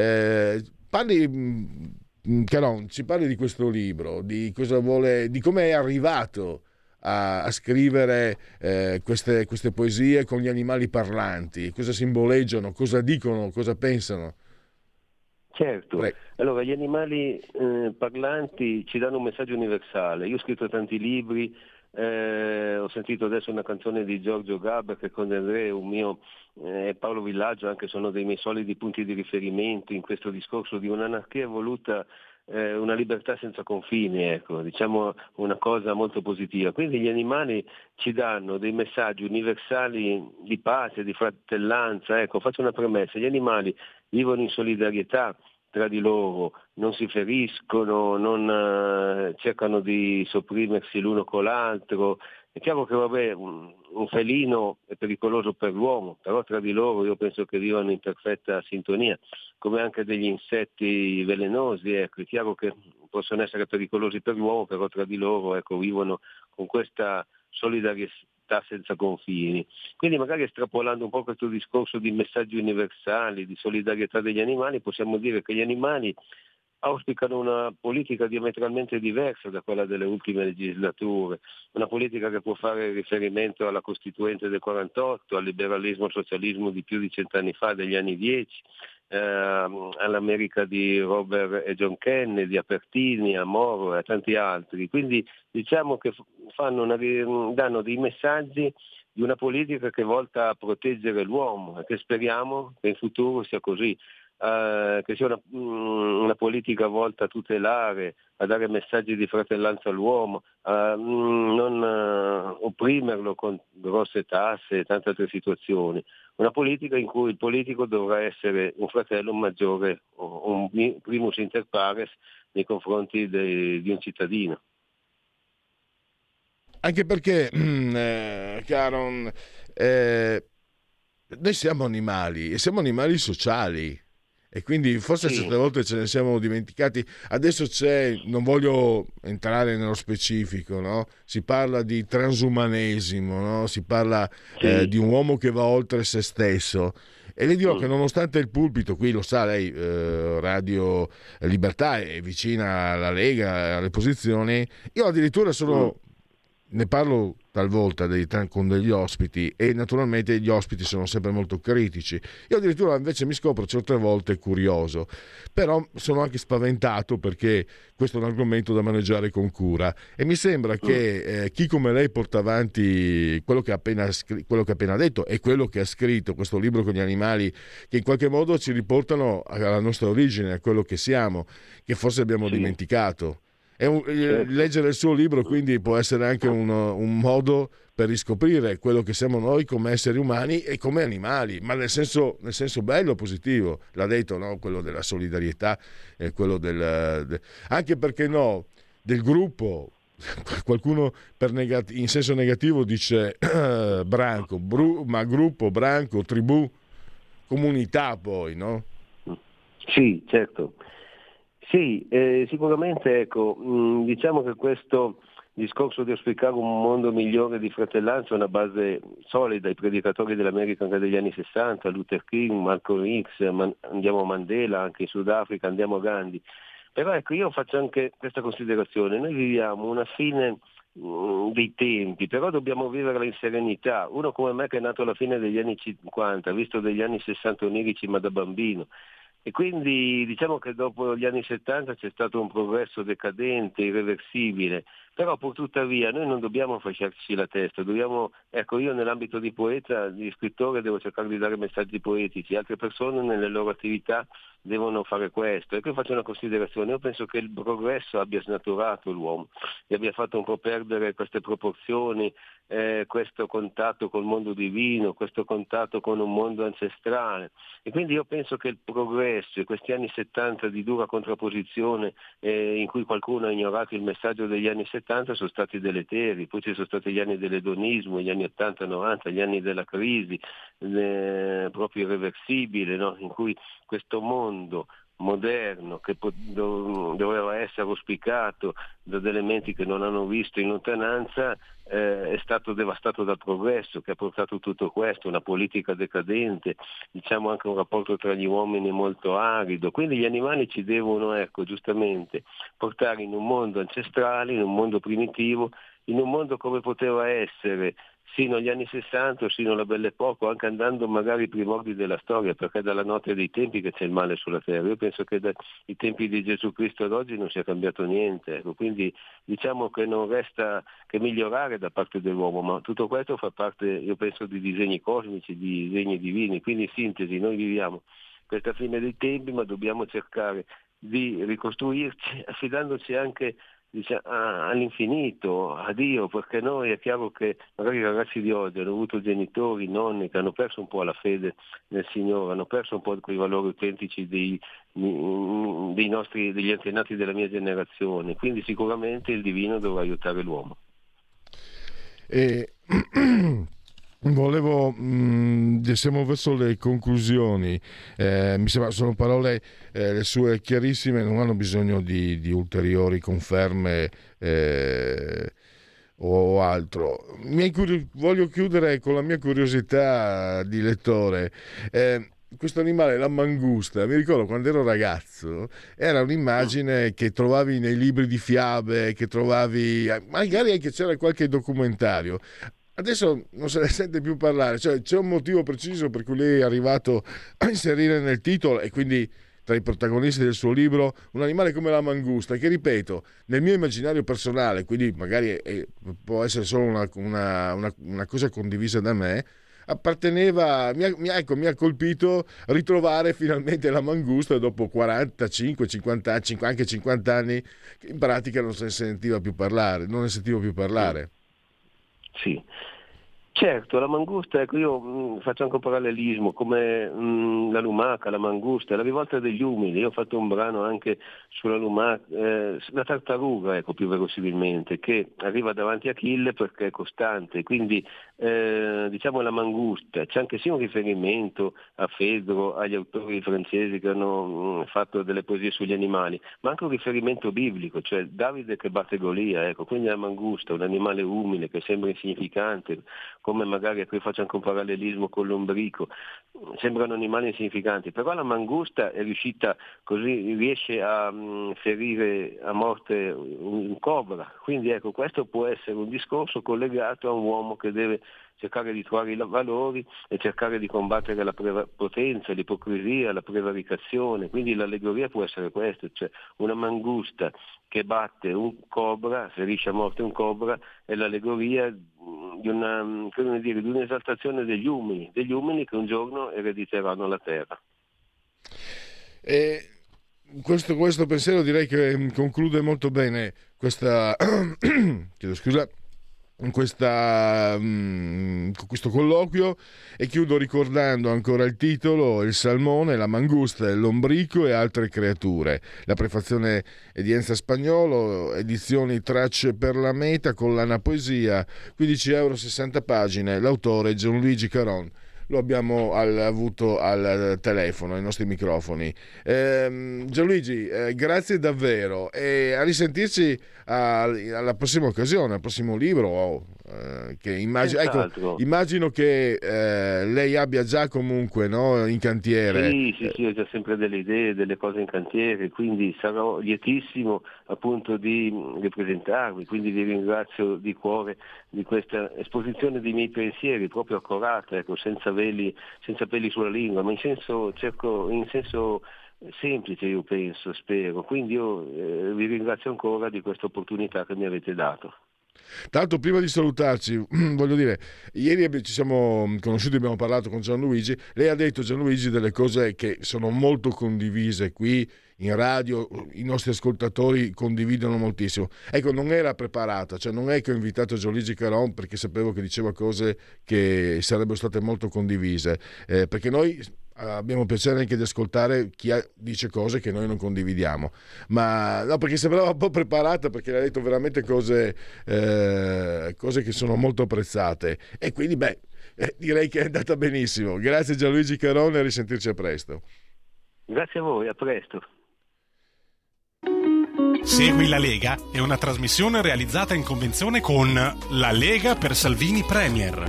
Caron, ci parli di questo libro, di cosa vuole, di come è arrivato a scrivere queste poesie con gli animali parlanti, cosa simboleggiano, cosa dicono, cosa pensano. Certo, Prego. allora gli animali parlanti ci danno un messaggio universale. Io ho scritto tanti libri, ho sentito adesso una canzone di Giorgio Gaber che con Andrea, un mio Paolo Villaggio anche sono dei miei solidi punti di riferimento in questo discorso di un'anarchia voluta, una libertà senza confini, ecco, diciamo una cosa molto positiva. Quindi gli animali ci danno dei messaggi universali di pace, di fratellanza. Ecco, faccio una premessa: gli animali vivono in solidarietà tra di loro, non si feriscono, non cercano di sopprimersi l'uno con l'altro. È chiaro che un felino è pericoloso per l'uomo, però tra di loro io penso che vivano in perfetta sintonia, come anche degli insetti velenosi. Ecco, è chiaro che possono essere pericolosi per l'uomo, però tra di loro, ecco, vivono con questa solidarietà senza confini. Quindi magari estrapolando un po' questo discorso di messaggi universali, di solidarietà degli animali, possiamo dire che gli animali auspicano una politica diametralmente diversa da quella delle ultime legislature, una politica che può fare riferimento alla Costituente del 48, al liberalismo e socialismo di più di 100 anni fa, degli anni 10, all'America di Robert e John Kennedy, a Pertini, a Moro e a tanti altri. Quindi diciamo che danno dei messaggi di una politica che è volta a proteggere l'uomo e che speriamo che in futuro sia così. Che sia una politica volta a tutelare, a dare messaggi di fratellanza all'uomo, a non opprimerlo con grosse tasse e tante altre situazioni. Una politica in cui il politico dovrà essere un fratello maggiore, un primus inter pares nei confronti di un cittadino. Anche perché, Caron, noi siamo animali e siamo animali sociali. E quindi forse certe volte ce ne siamo dimenticati. Adesso non voglio entrare nello specifico, no? Si parla di transumanesimo, no? Si parla di un uomo che va oltre se stesso. E le dirò che nonostante il pulpito, qui lo sa lei, Radio Libertà è vicina alla Lega, alle posizioni, io addirittura ne parlo talvolta con degli ospiti e naturalmente gli ospiti sono sempre molto critici. Io addirittura invece mi scopro certe volte curioso, però sono anche spaventato perché questo è un argomento da maneggiare con cura e mi sembra che chi come lei porta avanti quello che ha appena detto e quello che ha scritto, questo libro con gli animali che in qualche modo ci riportano alla nostra origine, a quello che siamo, che forse abbiamo dimenticato. Leggere il suo libro quindi può essere anche un modo per riscoprire quello che siamo noi come esseri umani e come animali, ma nel senso bello, positivo. L'ha detto, no? Quello della solidarietà, quello anche perché no, del gruppo. Qualcuno in senso negativo dice branco, ma gruppo, branco, tribù, comunità poi, no? Sì, certo. Sì, sicuramente diciamo che questo discorso di auspicare un mondo migliore di fratellanza è una base solida. I predicatori dell'America anche degli anni 60, Luther King, Malcolm X, andiamo a Mandela, anche in Sudafrica andiamo a Gandhi. Però io faccio anche questa considerazione: noi viviamo una fine dei tempi, però dobbiamo viverla in serenità. Uno come me che è nato alla fine degli anni 50, ha visto degli anni 60 onirici ma da bambino. E quindi diciamo che dopo gli anni 70 c'è stato un progresso decadente, irreversibile, però pur tuttavia noi non dobbiamo fasciarci la testa, io nell'ambito di poeta, di scrittore, devo cercare di dare messaggi poetici, altre persone nelle loro attività devono fare questo. E qui faccio una considerazione: io penso che il progresso abbia snaturato l'uomo e abbia fatto un po' perdere queste proporzioni, questo contatto col mondo divino, questo contatto con un mondo ancestrale. E quindi io penso che il progresso e questi anni 70 di dura contrapposizione in cui qualcuno ha ignorato il messaggio degli anni 70 sono stati deleteri. Poi ci sono stati gli anni dell'edonismo, gli anni 80-90, gli anni della crisi proprio irreversibile, no? In cui questo mondo moderno che doveva essere auspicato da delle menti che non hanno visto in lontananza è stato devastato dal progresso che ha portato tutto questo, una politica decadente, diciamo anche un rapporto tra gli uomini molto arido. Quindi gli animali ci devono, giustamente portare in un mondo ancestrale, in un mondo primitivo, in un mondo come poteva essere sino agli anni 60, sino alla Belle Époque, anche andando magari ai primordi della storia, perché è dalla notte dei tempi che c'è il male sulla terra. Io penso che dai tempi di Gesù Cristo ad oggi non sia cambiato niente, quindi diciamo che non resta che migliorare da parte dell'uomo, ma tutto questo fa parte, io penso, di disegni cosmici, di disegni divini. Quindi in sintesi noi viviamo questa fine dei tempi, ma dobbiamo cercare di ricostruirci affidandoci anche all'infinito, a Dio, perché noi è chiaro che magari i ragazzi di oggi hanno avuto genitori, nonni che hanno perso un po' la fede nel Signore, hanno perso un po' quei valori autentici degli antenati della mia generazione, quindi sicuramente il divino dovrà aiutare l'uomo. Siamo verso le conclusioni, mi sembra sono parole le sue chiarissime, non hanno bisogno di ulteriori conferme o altro. Voglio chiudere con la mia curiosità di lettore. Questo animale, la mangusta, mi ricordo quando ero ragazzo, era un'immagine che trovavi nei libri di fiabe, che trovavi magari anche c'era qualche documentario. Adesso non se ne sente più parlare, cioè c'è un motivo preciso per cui lei è arrivato a inserire nel titolo e quindi tra i protagonisti del suo libro un animale come la mangusta, che ripeto, nel mio immaginario personale, quindi magari può essere solo una cosa condivisa da me, apparteneva, mi ha colpito ritrovare finalmente la mangusta dopo 45, 50, anche 50 anni, che in pratica non se ne sentiva più parlare, non ne sentivo più parlare. Sì. Certo, la mangusta, ecco, io faccio anche un parallelismo, come la lumaca, la mangusta, la rivolta degli umili. Io ho fatto un brano anche sulla lumaca, la tartaruga, ecco, più verosimilmente, che arriva davanti a Achille perché è costante, quindi diciamo la mangusta. C'è anche sì un riferimento a Fedro, agli autori francesi che hanno fatto delle poesie sugli animali, ma anche un riferimento biblico, cioè Davide che batte Golia, ecco, quindi la mangusta, un animale umile che sembra insignificante, come magari qui faccio anche un parallelismo con l'ombrico, sembrano animali insignificanti, però la mangusta è riuscita così, riesce a ferire a morte un cobra, quindi ecco, questo può essere un discorso collegato a un uomo che deve cercare di trovare i valori e cercare di combattere la prepotenza, l'ipocrisia, la prevaricazione, quindi l'allegoria può essere questa, cioè una mangusta che batte un cobra, ferisce a morte un cobra, è l'allegoria di un'esaltazione degli umili che un giorno erediteranno la terra. E questo pensiero direi che conclude molto bene questa chiedo scusa, questo colloquio, e chiudo ricordando ancora il titolo: Il salmone, la mangusta, l'ombrico e altre creature. La prefazione è di Enza Spagnolo, edizioni Tracce per la Meta, collana poesia, 15 euro, 60 pagine. L'autore Gianluigi Caron. Lo abbiamo avuto al telefono, ai nostri microfoni. Gianluigi, grazie davvero, e a risentirci alla prossima occasione, al prossimo libro, che immagino che lei abbia già comunque, no, in cantiere. Sì, ho già sempre delle idee, delle cose in cantiere, quindi sarò lietissimo appunto di ripresentarmi, quindi vi ringrazio di cuore di questa esposizione dei miei pensieri, proprio accurata, ecco, senza peli sulla lingua, ma in senso semplice, io penso, spero. Quindi io vi ringrazio ancora di questa opportunità che mi avete dato. Tanto prima di salutarci, voglio dire, ieri ci siamo conosciuti, abbiamo parlato con Gianluigi. Lei ha detto, Gianluigi, delle cose che sono molto condivise qui in radio, i nostri ascoltatori condividono moltissimo. Ecco, non era preparata, cioè non è che ho invitato Gianluigi Caron perché sapevo che diceva cose che sarebbero state molto condivise, perché noi abbiamo piacere anche di ascoltare chi dice cose che noi non condividiamo, ma no, perché sembrava un po' preparata, perché ha detto veramente cose che sono molto apprezzate, e quindi direi che è andata benissimo. Grazie Gianluigi Caron, e a risentirci a presto. Grazie a voi, a presto. Segui la Lega è una trasmissione realizzata in convenzione con La Lega per Salvini Premier.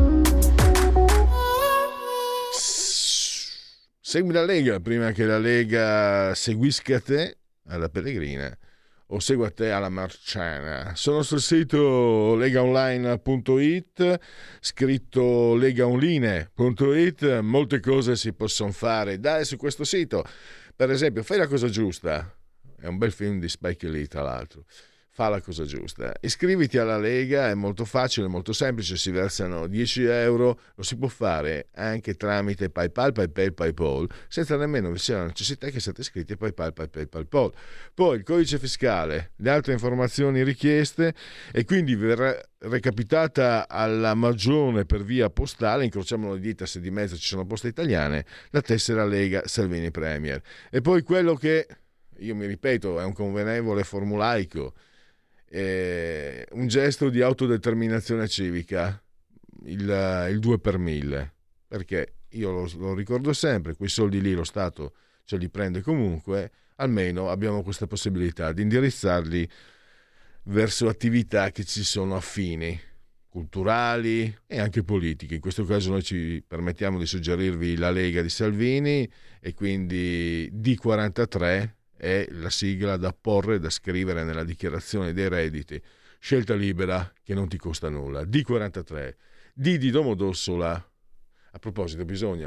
Segui la Lega prima che la Lega seguisca te alla Pellegrina o segua te alla Marciana. Sono sul sito legaonline.it, scritto legaonline.it, molte cose si possono fare su questo sito. Per esempio, fai la cosa giusta. È un bel film di Spike Lee, tra l'altro. Fa la cosa giusta. Iscriviti alla Lega, è molto facile, molto semplice, si versano 10 euro, lo si può fare anche tramite PayPal, PayPal, senza nemmeno vi sia la necessità che siate iscritti a PayPal. Poi il codice fiscale, le altre informazioni richieste, e quindi verrà recapitata alla Magione per via postale, incrociamo le dita se di mezzo ci sono poste italiane, la tessera Lega Salvini Premier. E poi quello che, io mi ripeto, è un convenevole formulaico, un gesto di autodeterminazione civica, il 2 per 1000, perché io lo ricordo sempre, quei soldi lì lo Stato ce li prende comunque, almeno abbiamo questa possibilità di indirizzarli verso attività che ci sono affini, culturali e anche politiche. In questo caso noi ci permettiamo di suggerirvi la Lega di Salvini, e quindi D43 è la sigla da porre, da scrivere nella dichiarazione dei redditi. Scelta libera che non ti costa nulla. D43, D di Domodossola. A proposito, bisogna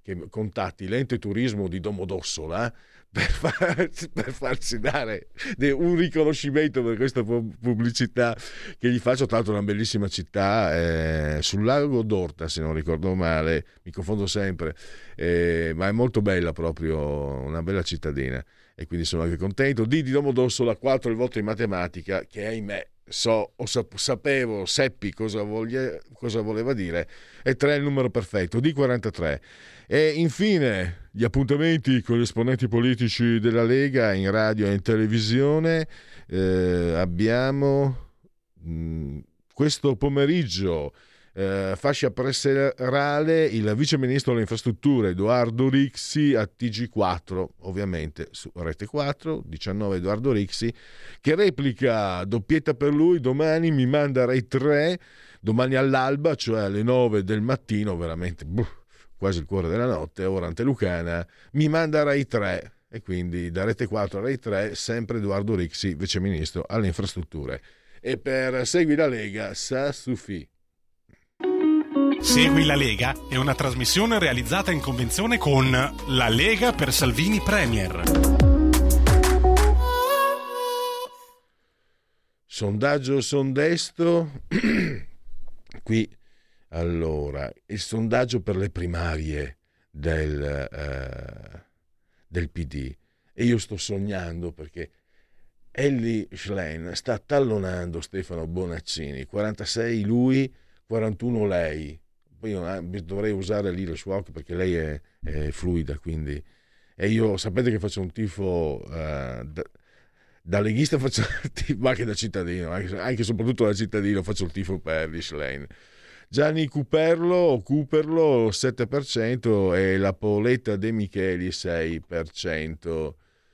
che contatti l'ente turismo di Domodossola per farsi dare un riconoscimento per questa pubblicità che gli faccio. Tra l'altro una bellissima città sul lago d'Orta, se non ricordo male, mi confondo sempre, ma è molto bella, proprio una bella cittadina, e quindi sono anche contento. di Domodossola, 4 il voto in matematica, che ahimè seppi cosa voleva dire, e 3 il numero perfetto, di 43. E infine gli appuntamenti con gli esponenti politici della Lega in radio e in televisione. Abbiamo questo pomeriggio fascia presserale il vice ministro delle infrastrutture Edoardo Rixi a TG4, ovviamente su Rete 4, 19 Edoardo Rixi, che replica doppietta per lui. Domani mi manda Rai 3, domani all'alba, cioè alle 9 del mattino, veramente quasi il cuore della notte, ora antelucana, mi manda Rai 3, e quindi da Rete 4 a Rai 3 sempre Edoardo Rixi, vice ministro alle infrastrutture. E per Segui la Lega, ça suffit. Segui la Lega è una trasmissione realizzata in convenzione con La Lega per Salvini Premier. Sondaggio qui. Allora, il sondaggio per le primarie del PD, e io sto sognando perché Elly Schlein sta tallonando Stefano Bonaccini, 46 lui, 41 lei. Poi io dovrei usare lì le sue occhi perché lei è fluida, quindi, e io sapete che faccio un tifo da leghista, faccio ma anche da cittadino, anche e soprattutto da cittadino faccio il tifo per Elly Schlein. Gianni Cuperlo 7% e la Paoletta De Micheli 6%.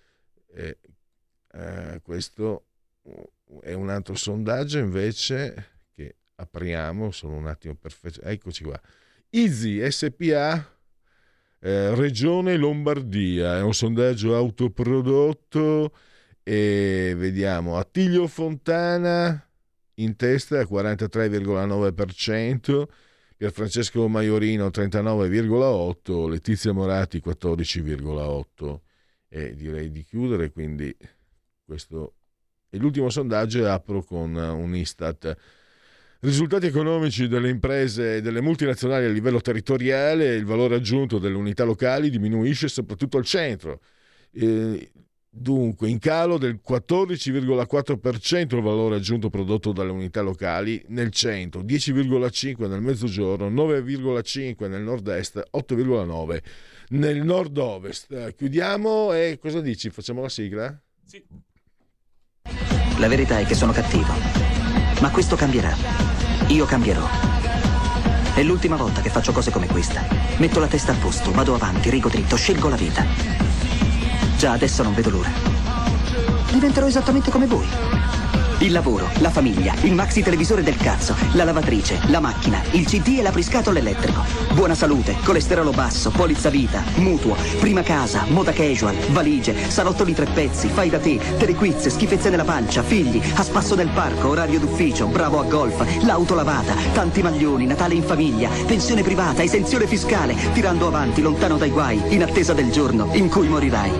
Questo è un altro sondaggio invece che apriamo, sono un attimo perfetto, eccoci qua. ISI SPA Regione Lombardia, è un sondaggio autoprodotto, e vediamo Attilio Fontana in testa 43,9%, Pierfrancesco Maiorino 39,8%, Letizia Moratti 14,8%, e direi di chiudere, quindi questo è l'ultimo sondaggio, e apro con un Istat. Risultati economici delle imprese e delle multinazionali a livello territoriale: il valore aggiunto delle unità locali diminuisce soprattutto al centro. Dunque, in calo del 14,4% il valore aggiunto prodotto dalle unità locali nel centro, 10,5% nel mezzogiorno, 9,5% nel nord-est, 8,9% nel nord-ovest. Chiudiamo, e cosa dici? Facciamo la sigla? Sì. La verità è che sono cattivo, ma questo cambierà. Io cambierò. È l'ultima volta che faccio cose come questa. Metto la testa a posto, vado avanti, rigo dritto, scelgo la vita. Già adesso non vedo l'ora. Diventerò esattamente come voi. Il lavoro, la famiglia, il maxi televisore del cazzo, la lavatrice, la macchina, il CD e l'apriscatole elettrico. Buona salute, colesterolo basso, polizza vita, mutuo, prima casa, moda casual, valigie, salottoli 3 pezzi, fai da te, telequiz, schifezze nella pancia, figli, a spasso nel parco, orario d'ufficio, bravo a golf, l'auto lavata, tanti maglioni, Natale in famiglia, pensione privata, esenzione fiscale, tirando avanti, lontano dai guai, in attesa del giorno in cui morirai.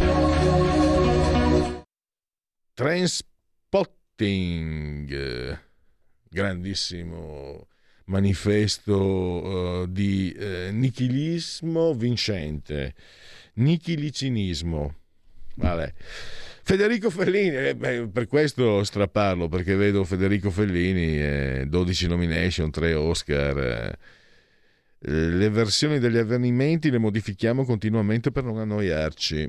Grandissimo manifesto di nichilismo vincente, nichilicinismo. Vabbè. Federico Fellini, per questo straparlo, perché vedo Federico Fellini, 12 nomination, 3 Oscar. Le versioni degli avvenimenti le modifichiamo continuamente per non annoiarci.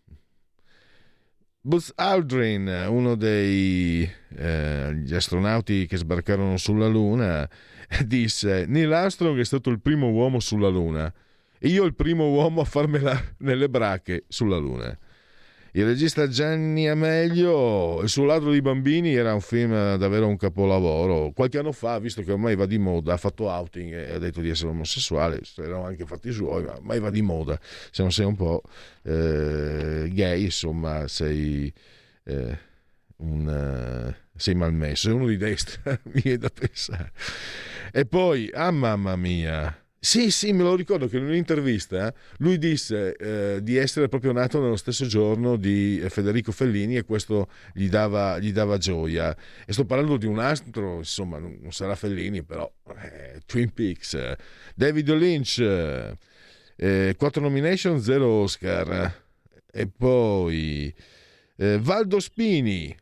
Buzz Aldrin, uno degli astronauti che sbarcarono sulla Luna, disse: Neil Armstrong è stato il primo uomo sulla Luna e io il primo uomo a farmela nelle bracche sulla Luna. Il regista Gianni Amelio, Il suo ladro di bambini, era un film davvero un capolavoro. Qualche anno fa, visto che ormai va di moda, ha fatto outing e ha detto di essere omosessuale, erano anche fatti suoi, ma ormai va di moda. Se non sei un po' gay, insomma, sei malmesso, sei uno di destra, mi viene da pensare. E poi, mamma mia, Sì, me lo ricordo che in un'intervista lui disse di essere proprio nato nello stesso giorno di Federico Fellini e questo gli dava gioia. E sto parlando di un astro, insomma, non sarà Fellini, però Twin Peaks. David Lynch, 4 nomination, 0 Oscar. E poi Valdo Spini,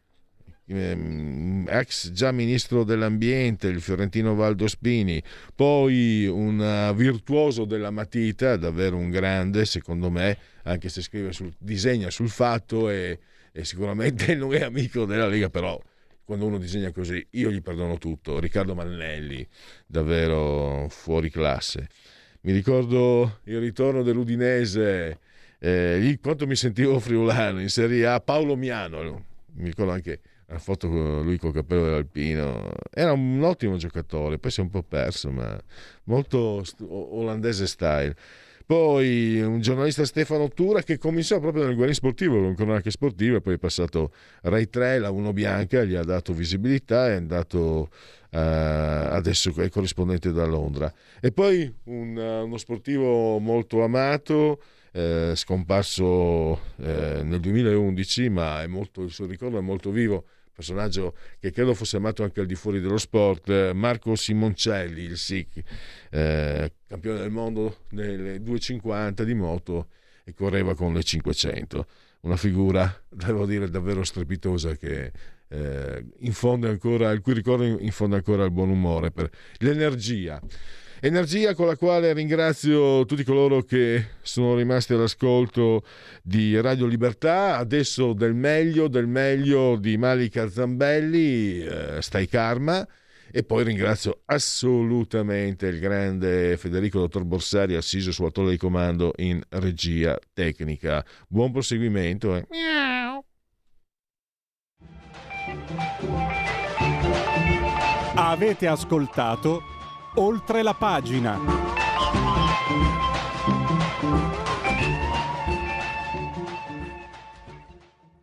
ex già ministro dell'ambiente, il fiorentino Valdo Spini, poi un virtuoso della matita, davvero un grande secondo me, anche se disegna sul fatto e sicuramente non è amico della Lega, però quando uno disegna così io gli perdono tutto. Riccardo Mannelli, davvero fuori classe. Mi ricordo il ritorno dell'Udinese, quanto mi sentivo friulano in Serie A. Paolo Miano, mi ricordo anche la foto con lui col cappello dell'Alpino, era un ottimo giocatore, poi si è un po' perso, ma molto olandese style. Poi un giornalista, Stefano Tura, che cominciò proprio nel Guerin Sportivo con cronache sportive, poi è passato Rai 3, la 1 bianca, gli ha dato visibilità, è andato adesso è corrispondente da Londra. E poi uno sportivo molto amato, scomparso nel 2011, ma il suo ricordo è molto vivo, personaggio che credo fosse amato anche al di fuori dello sport, Marco Simoncelli, il SIC, campione del mondo nelle 250 di moto e correva con le 500, una figura, devo dire, davvero strepitosa, che infonde ancora, il cui ricordo infonde ancora il buon umore, per l'energia con la quale ringrazio tutti coloro che sono rimasti all'ascolto di Radio Libertà. Adesso del meglio di Malika Zambelli, Stai Karma, e poi ringrazio assolutamente il grande Federico Dottor Borsari, assiso sulla tolla di comando in regia tecnica. Buon proseguimento. Avete ascoltato Oltre la pagina.